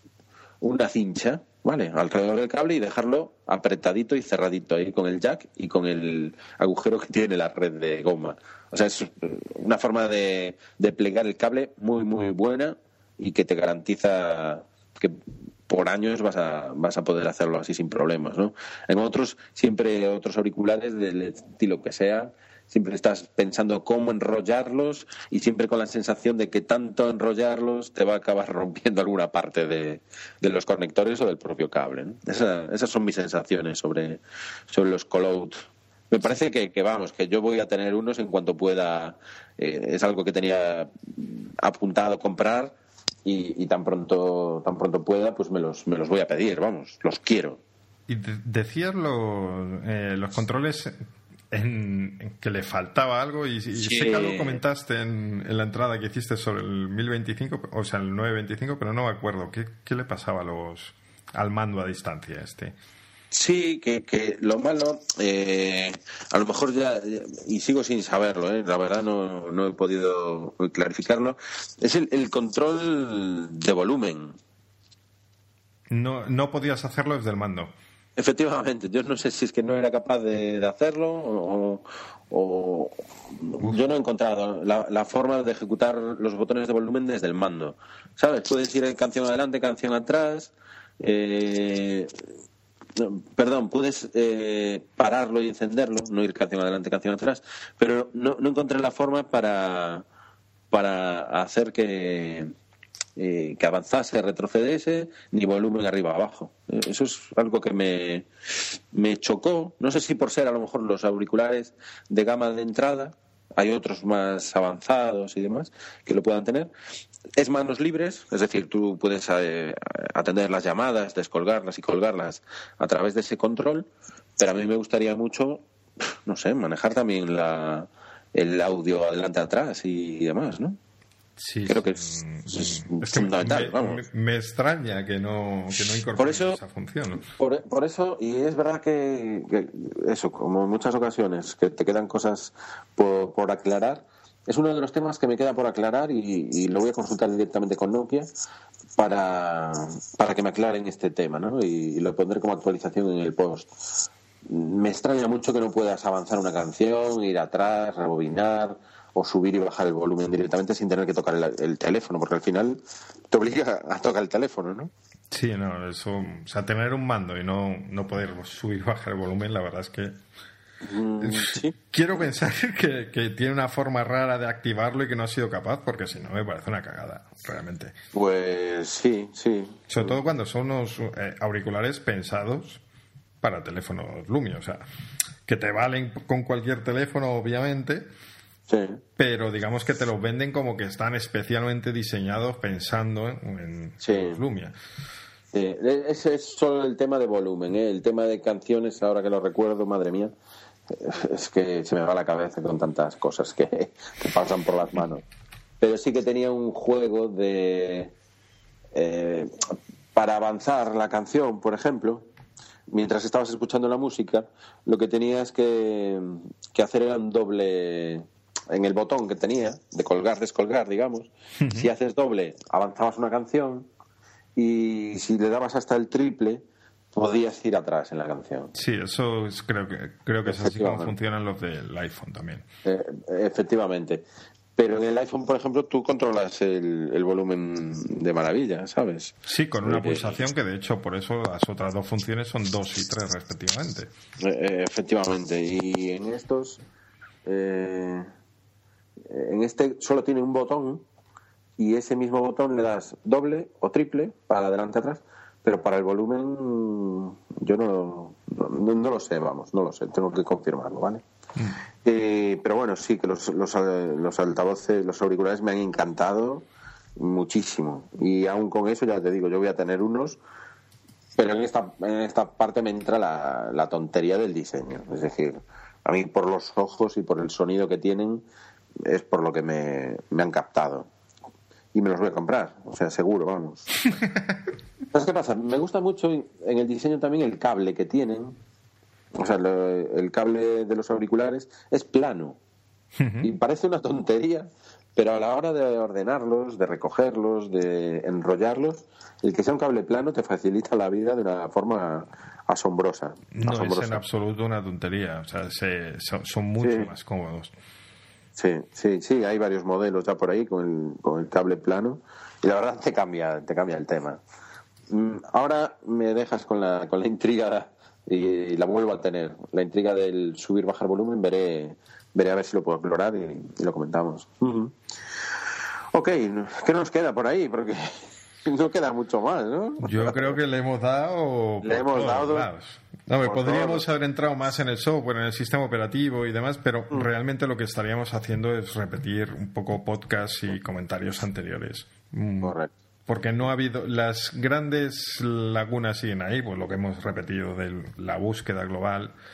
cincha, ¿vale?, alrededor del cable y dejarlo apretadito y cerradito ahí con el jack y con el agujero que tiene la red de goma. O sea, es una forma de plegar el cable muy, muy buena y que te garantiza que por años vas a poder hacerlo así sin problemas, ¿no? En otros auriculares del estilo que sea, siempre estás pensando cómo enrollarlos y siempre con la sensación de que tanto enrollarlos te va a acabar rompiendo alguna parte de los conectores o del propio cable, ¿no? Esas son mis sensaciones sobre los Coloud. Me parece que yo voy a tener unos en cuanto pueda. Es algo que tenía apuntado comprar y tan pronto pueda, pues me los voy a pedir, los quiero. Y decías los controles en que le faltaba algo y sé que algo comentaste en la entrada que hiciste sobre el 1025, o sea, el 925, pero no me acuerdo. ¿Qué le pasaba al mando a distancia este? Sí, que lo malo, a lo mejor ya, y sigo sin saberlo, la verdad no he podido clarificarlo, es el control de volumen. No podías hacerlo desde el mando. Efectivamente, yo no sé si es que no era capaz de hacerlo o yo no he encontrado la forma de ejecutar los botones de volumen desde el mando. ¿Sabes? Puedes ir en canción adelante, canción atrás. Puedes pararlo y encenderlo, no ir canción adelante, canción atrás, pero no encontré la forma para hacer que avanzase, retrocediese, ni volumen arriba abajo. Eso es algo que me chocó. No sé si por ser a lo mejor los auriculares de gama de entrada, hay otros más avanzados y demás que lo puedan tener. Es manos libres, es decir, tú puedes atender las llamadas, descolgarlas y colgarlas a través de ese control, pero a mí me gustaría mucho, no sé, manejar también el audio adelante atrás y demás, ¿no? Sí, creo que es fundamental. Me extraña que no incorpore esa función, ¿no? Por eso, y es verdad que eso, como en muchas ocasiones, que te quedan cosas por aclarar, es uno de los temas que me queda por aclarar y lo voy a consultar directamente con Nokia para que me aclaren este tema, ¿no? Y lo pondré como actualización en el post. Me extraña mucho que no puedas avanzar una canción, ir atrás, rebobinar o subir y bajar el volumen directamente sin tener que tocar el teléfono, porque al final te obliga a tocar el teléfono, ¿no? Sí, no, eso, o sea, tener un mando y no poder subir y bajar el volumen, la verdad es que ¿sí? Quiero pensar que tiene una forma rara de activarlo y que no ha sido capaz, porque si no me parece una cagada, realmente. Pues sí. Sobre todo cuando son unos auriculares pensados para teléfonos Lumia, o sea, que te valen con cualquier teléfono, obviamente. Sí. Pero digamos que te los venden como que están especialmente diseñados pensando en los Lumia. Ese es solo el tema de volumen, el tema de canciones, ahora que lo recuerdo, madre mía, es que se me va la cabeza con tantas cosas que pasan por las manos. Pero sí que tenía un juego de para avanzar la canción, por ejemplo, mientras estabas escuchando la música, lo que tenías que hacer era un doble en el botón que tenía de colgar, descolgar, digamos. Uh-huh. Si haces doble, avanzabas una canción, y si le dabas hasta el triple, podías ir atrás en la canción. Sí, eso es, creo que es así como funcionan los del iPhone también. Efectivamente. Pero en el iPhone, por ejemplo, tú controlas el volumen de maravilla, ¿sabes? Sí, con una pulsación que, de hecho, por eso las otras dos funciones son 2 y 3 respectivamente. Efectivamente. Y en estos... en este solo tiene un botón y ese mismo botón le das doble o triple para adelante atrás, pero para el volumen yo no lo sé, no lo sé, tengo que confirmarlo, ¿vale? Pero bueno, sí que los altavoces, los auriculares me han encantado muchísimo, y aún con eso ya te digo, yo voy a tener unos, pero en esta parte me entra la tontería del diseño, es decir, a mí por los ojos y por el sonido que tienen es por lo que me han captado. Y me los voy a comprar, o sea, seguro, vamos. ¿Sabes qué pasa? Me gusta mucho en el diseño también el cable que tienen. O sea, el cable de los auriculares es plano. Uh-huh. Y parece una tontería, pero a la hora de ordenarlos, de recogerlos, de enrollarlos, el que sea un cable plano te facilita la vida de una forma asombrosa. No es en absoluto una tontería, o sea, son mucho más cómodos. Sí, hay varios modelos ya por ahí con el cable plano y la verdad te cambia el tema. Ahora me dejas con la intriga y la vuelvo a tener, la intriga del subir bajar volumen. Veré a ver si lo puedo explorar y lo comentamos. Uh-huh. Ok, ¿qué nos queda por ahí? Porque no queda mucho más, ¿no? Yo creo que le hemos dado podríamos haber entrado más en el software, en el sistema operativo y demás, pero realmente lo que estaríamos haciendo es repetir un poco podcasts y comentarios anteriores. Correcto. Porque no ha habido... Las grandes lagunas siguen ahí, pues lo que hemos repetido de la búsqueda global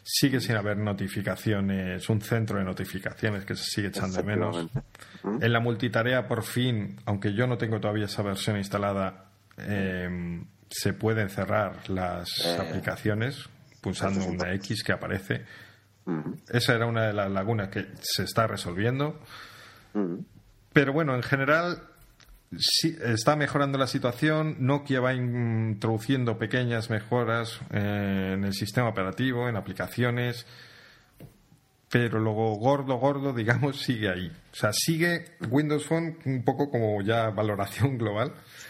sigue sin haber notificaciones, un centro de notificaciones que se sigue echando de menos. En la multitarea, por fin, aunque yo no tengo todavía esa versión instalada, se pueden cerrar las aplicaciones pulsando una X que aparece. Esa era una de las lagunas que se está resolviendo. Pero bueno, en general sí, está mejorando la situación. Nokia va introduciendo pequeñas mejoras en el sistema operativo, en aplicaciones, pero luego gordo, digamos, sigue ahí. O sea, sigue Windows Phone un poco como ya valoración global.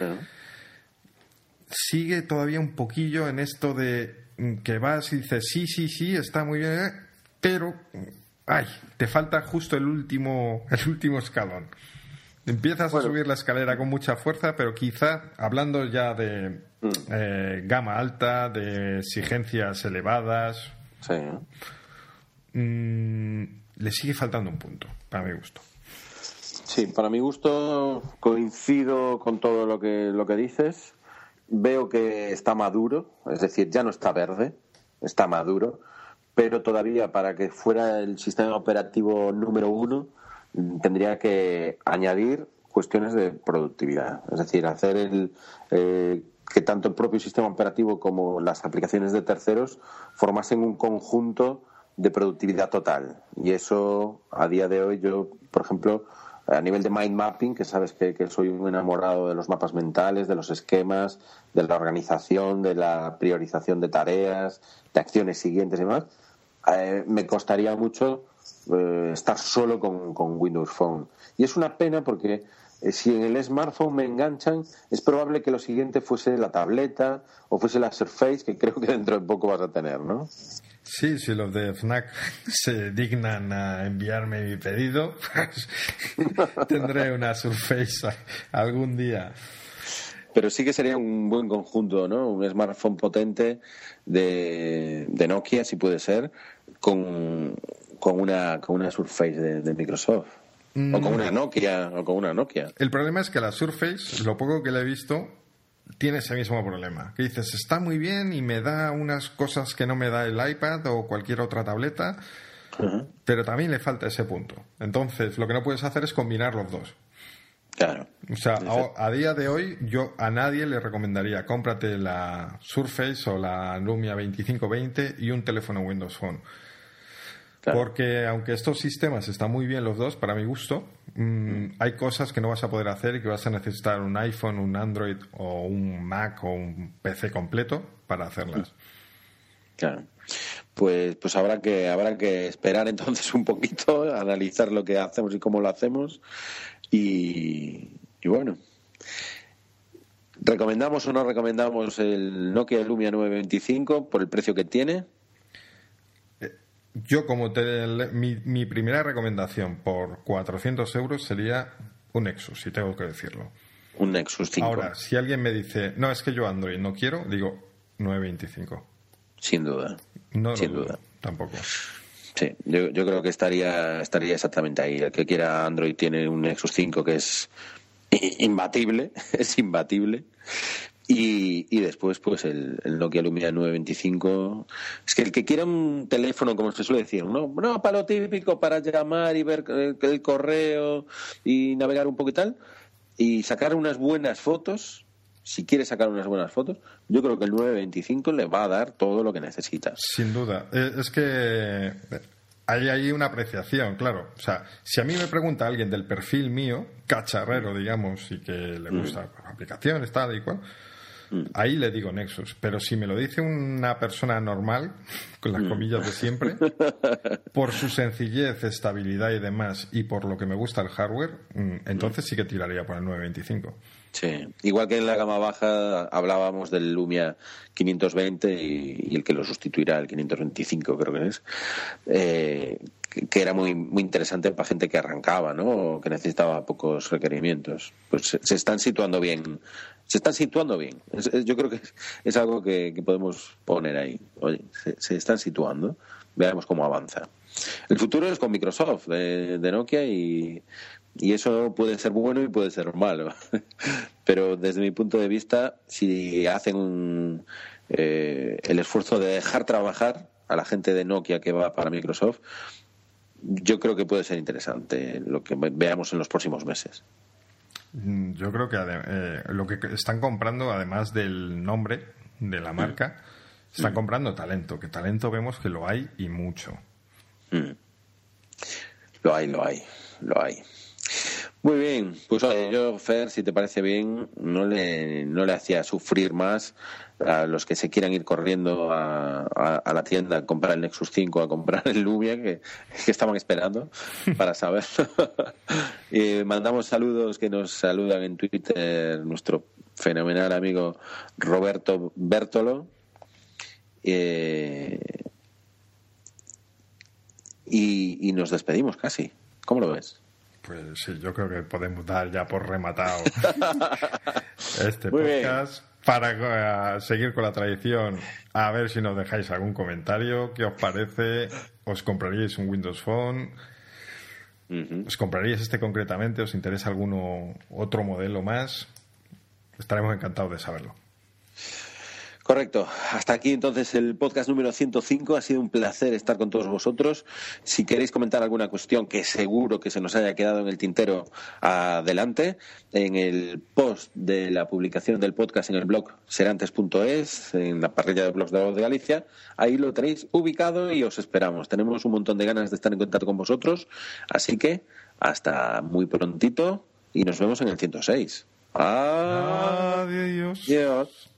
Sigue todavía un poquillo en esto de que vas y dices sí, está muy bien, pero te falta justo el último escalón. Empiezas a subir la escalera con mucha fuerza, pero quizá, hablando ya de gama alta, de exigencias elevadas, le sigue faltando un punto, para mi gusto. Sí, para mi gusto coincido con todo lo que dices. Veo que está maduro, es decir, ya no está verde, está maduro, pero todavía para que fuera el sistema operativo número 1 tendría que añadir cuestiones de productividad, es decir, hacer que tanto el propio sistema operativo como las aplicaciones de terceros formasen un conjunto de productividad total. Y eso, a día de hoy, yo, por ejemplo, a nivel de mind mapping, que sabes que soy un enamorado de los mapas mentales, de los esquemas, de la organización, de la priorización de tareas, de acciones siguientes y demás, me costaría mucho estar solo con Windows Phone. Y es una pena porque si en el smartphone me enganchan, es probable que lo siguiente fuese la tableta o fuese la Surface, que creo que dentro de poco vas a tener, ¿no? Sí, si los de FNAC se dignan a enviarme mi pedido, pues tendré una Surface algún día. Pero sí que sería un buen conjunto, ¿no? Un smartphone potente de Nokia, si puede ser, con una Surface de Microsoft. O con una Nokia. El problema es que la Surface, lo poco que le he visto, tiene ese mismo problema. Que dices, está muy bien y me da unas cosas que no me da el iPad o cualquier otra tableta, pero también le falta ese punto. Entonces, lo que no puedes hacer es combinar los dos. Claro. O sea, a día de hoy yo a nadie le recomendaría cómprate la Surface o la Lumia 2520 y un teléfono Windows Phone. Claro. Porque aunque estos sistemas están muy bien los dos, para mi gusto, hay cosas que no vas a poder hacer y que vas a necesitar un iPhone, un Android o un Mac o un PC completo para hacerlas. Claro. Pues habrá que esperar entonces un poquito, analizar lo que hacemos y cómo lo hacemos y bueno. ¿Recomendamos o no recomendamos el Nokia Lumia 925 por el precio que tiene? Yo, mi primera recomendación por 400 euros sería un Nexus, si tengo que decirlo. Un Nexus 5. Ahora, si alguien me dice, no, es que yo Android no quiero, digo 925. Sin duda. No, sin duda. Tampoco. Sí, yo creo que estaría exactamente ahí. El que quiera Android tiene un Nexus 5 que es imbatible, es imbatible. Y después pues el Nokia Lumia 925. Es que el que quiera un teléfono, como se suele decir, no para lo típico, para llamar y ver el correo y navegar un poco y tal, y sacar unas buenas fotos. Si quiere sacar unas buenas fotos, yo creo que el 925 le va a dar todo lo que necesita. Sin duda. Es que hay una apreciación, claro. O sea, si a mí me pregunta alguien del perfil mío, cacharrero, digamos, y que le gusta aplicaciones, tal y cual, ahí le digo Nexus. Pero si me lo dice una persona normal, con las comillas de siempre, por su sencillez, estabilidad y demás, y por lo que me gusta el hardware, entonces sí que tiraría por el 925. Sí, igual que en la gama baja hablábamos del Lumia 520 y el que lo sustituirá, el 525 creo que es, que era muy muy interesante para gente que arrancaba, ¿no? O que necesitaba pocos requerimientos. Pues se están situando bien. Yo creo que es algo que podemos poner ahí. Oye, se están situando. Veamos cómo avanza. El futuro es con Microsoft, de Nokia, y eso puede ser bueno y puede ser malo. Pero desde mi punto de vista, si hacen el esfuerzo de dejar trabajar a la gente de Nokia que va para Microsoft, yo creo que puede ser interesante lo que veamos en los próximos meses. Yo creo que lo que están comprando, además del nombre de la marca, están comprando talento, que talento vemos que lo hay y mucho. Lo hay. Muy bien, pues oye, yo, Fer, si te parece bien, no le hacía sufrir más a los que se quieran ir corriendo a la tienda a comprar el Nexus 5, a comprar el Lumia, que estaban esperando para saberlo. Y mandamos saludos que nos saludan en Twitter nuestro fenomenal amigo Roberto Bertolo. Y nos despedimos casi. ¿Cómo lo ves? Pues sí, yo creo que podemos dar ya por rematado este Muy podcast. Bien. Para seguir con la tradición, a ver si nos dejáis algún comentario. ¿Qué os parece? ¿Os compraríais un Windows Phone? ¿Os compraríais este concretamente? ¿Os interesa alguno otro modelo más? Estaremos encantados de saberlo. Correcto. Hasta aquí entonces el podcast número 105. Ha sido un placer estar con todos vosotros. Si queréis comentar alguna cuestión que seguro que se nos haya quedado en el tintero, adelante. En el post de la publicación del podcast en el blog serantes.es, en la parrilla de blogs de la Voz de Galicia, ahí lo tenéis ubicado y os esperamos. Tenemos un montón de ganas de estar en contacto con vosotros. Así que hasta muy prontito y nos vemos en el 106. Adiós. Adiós.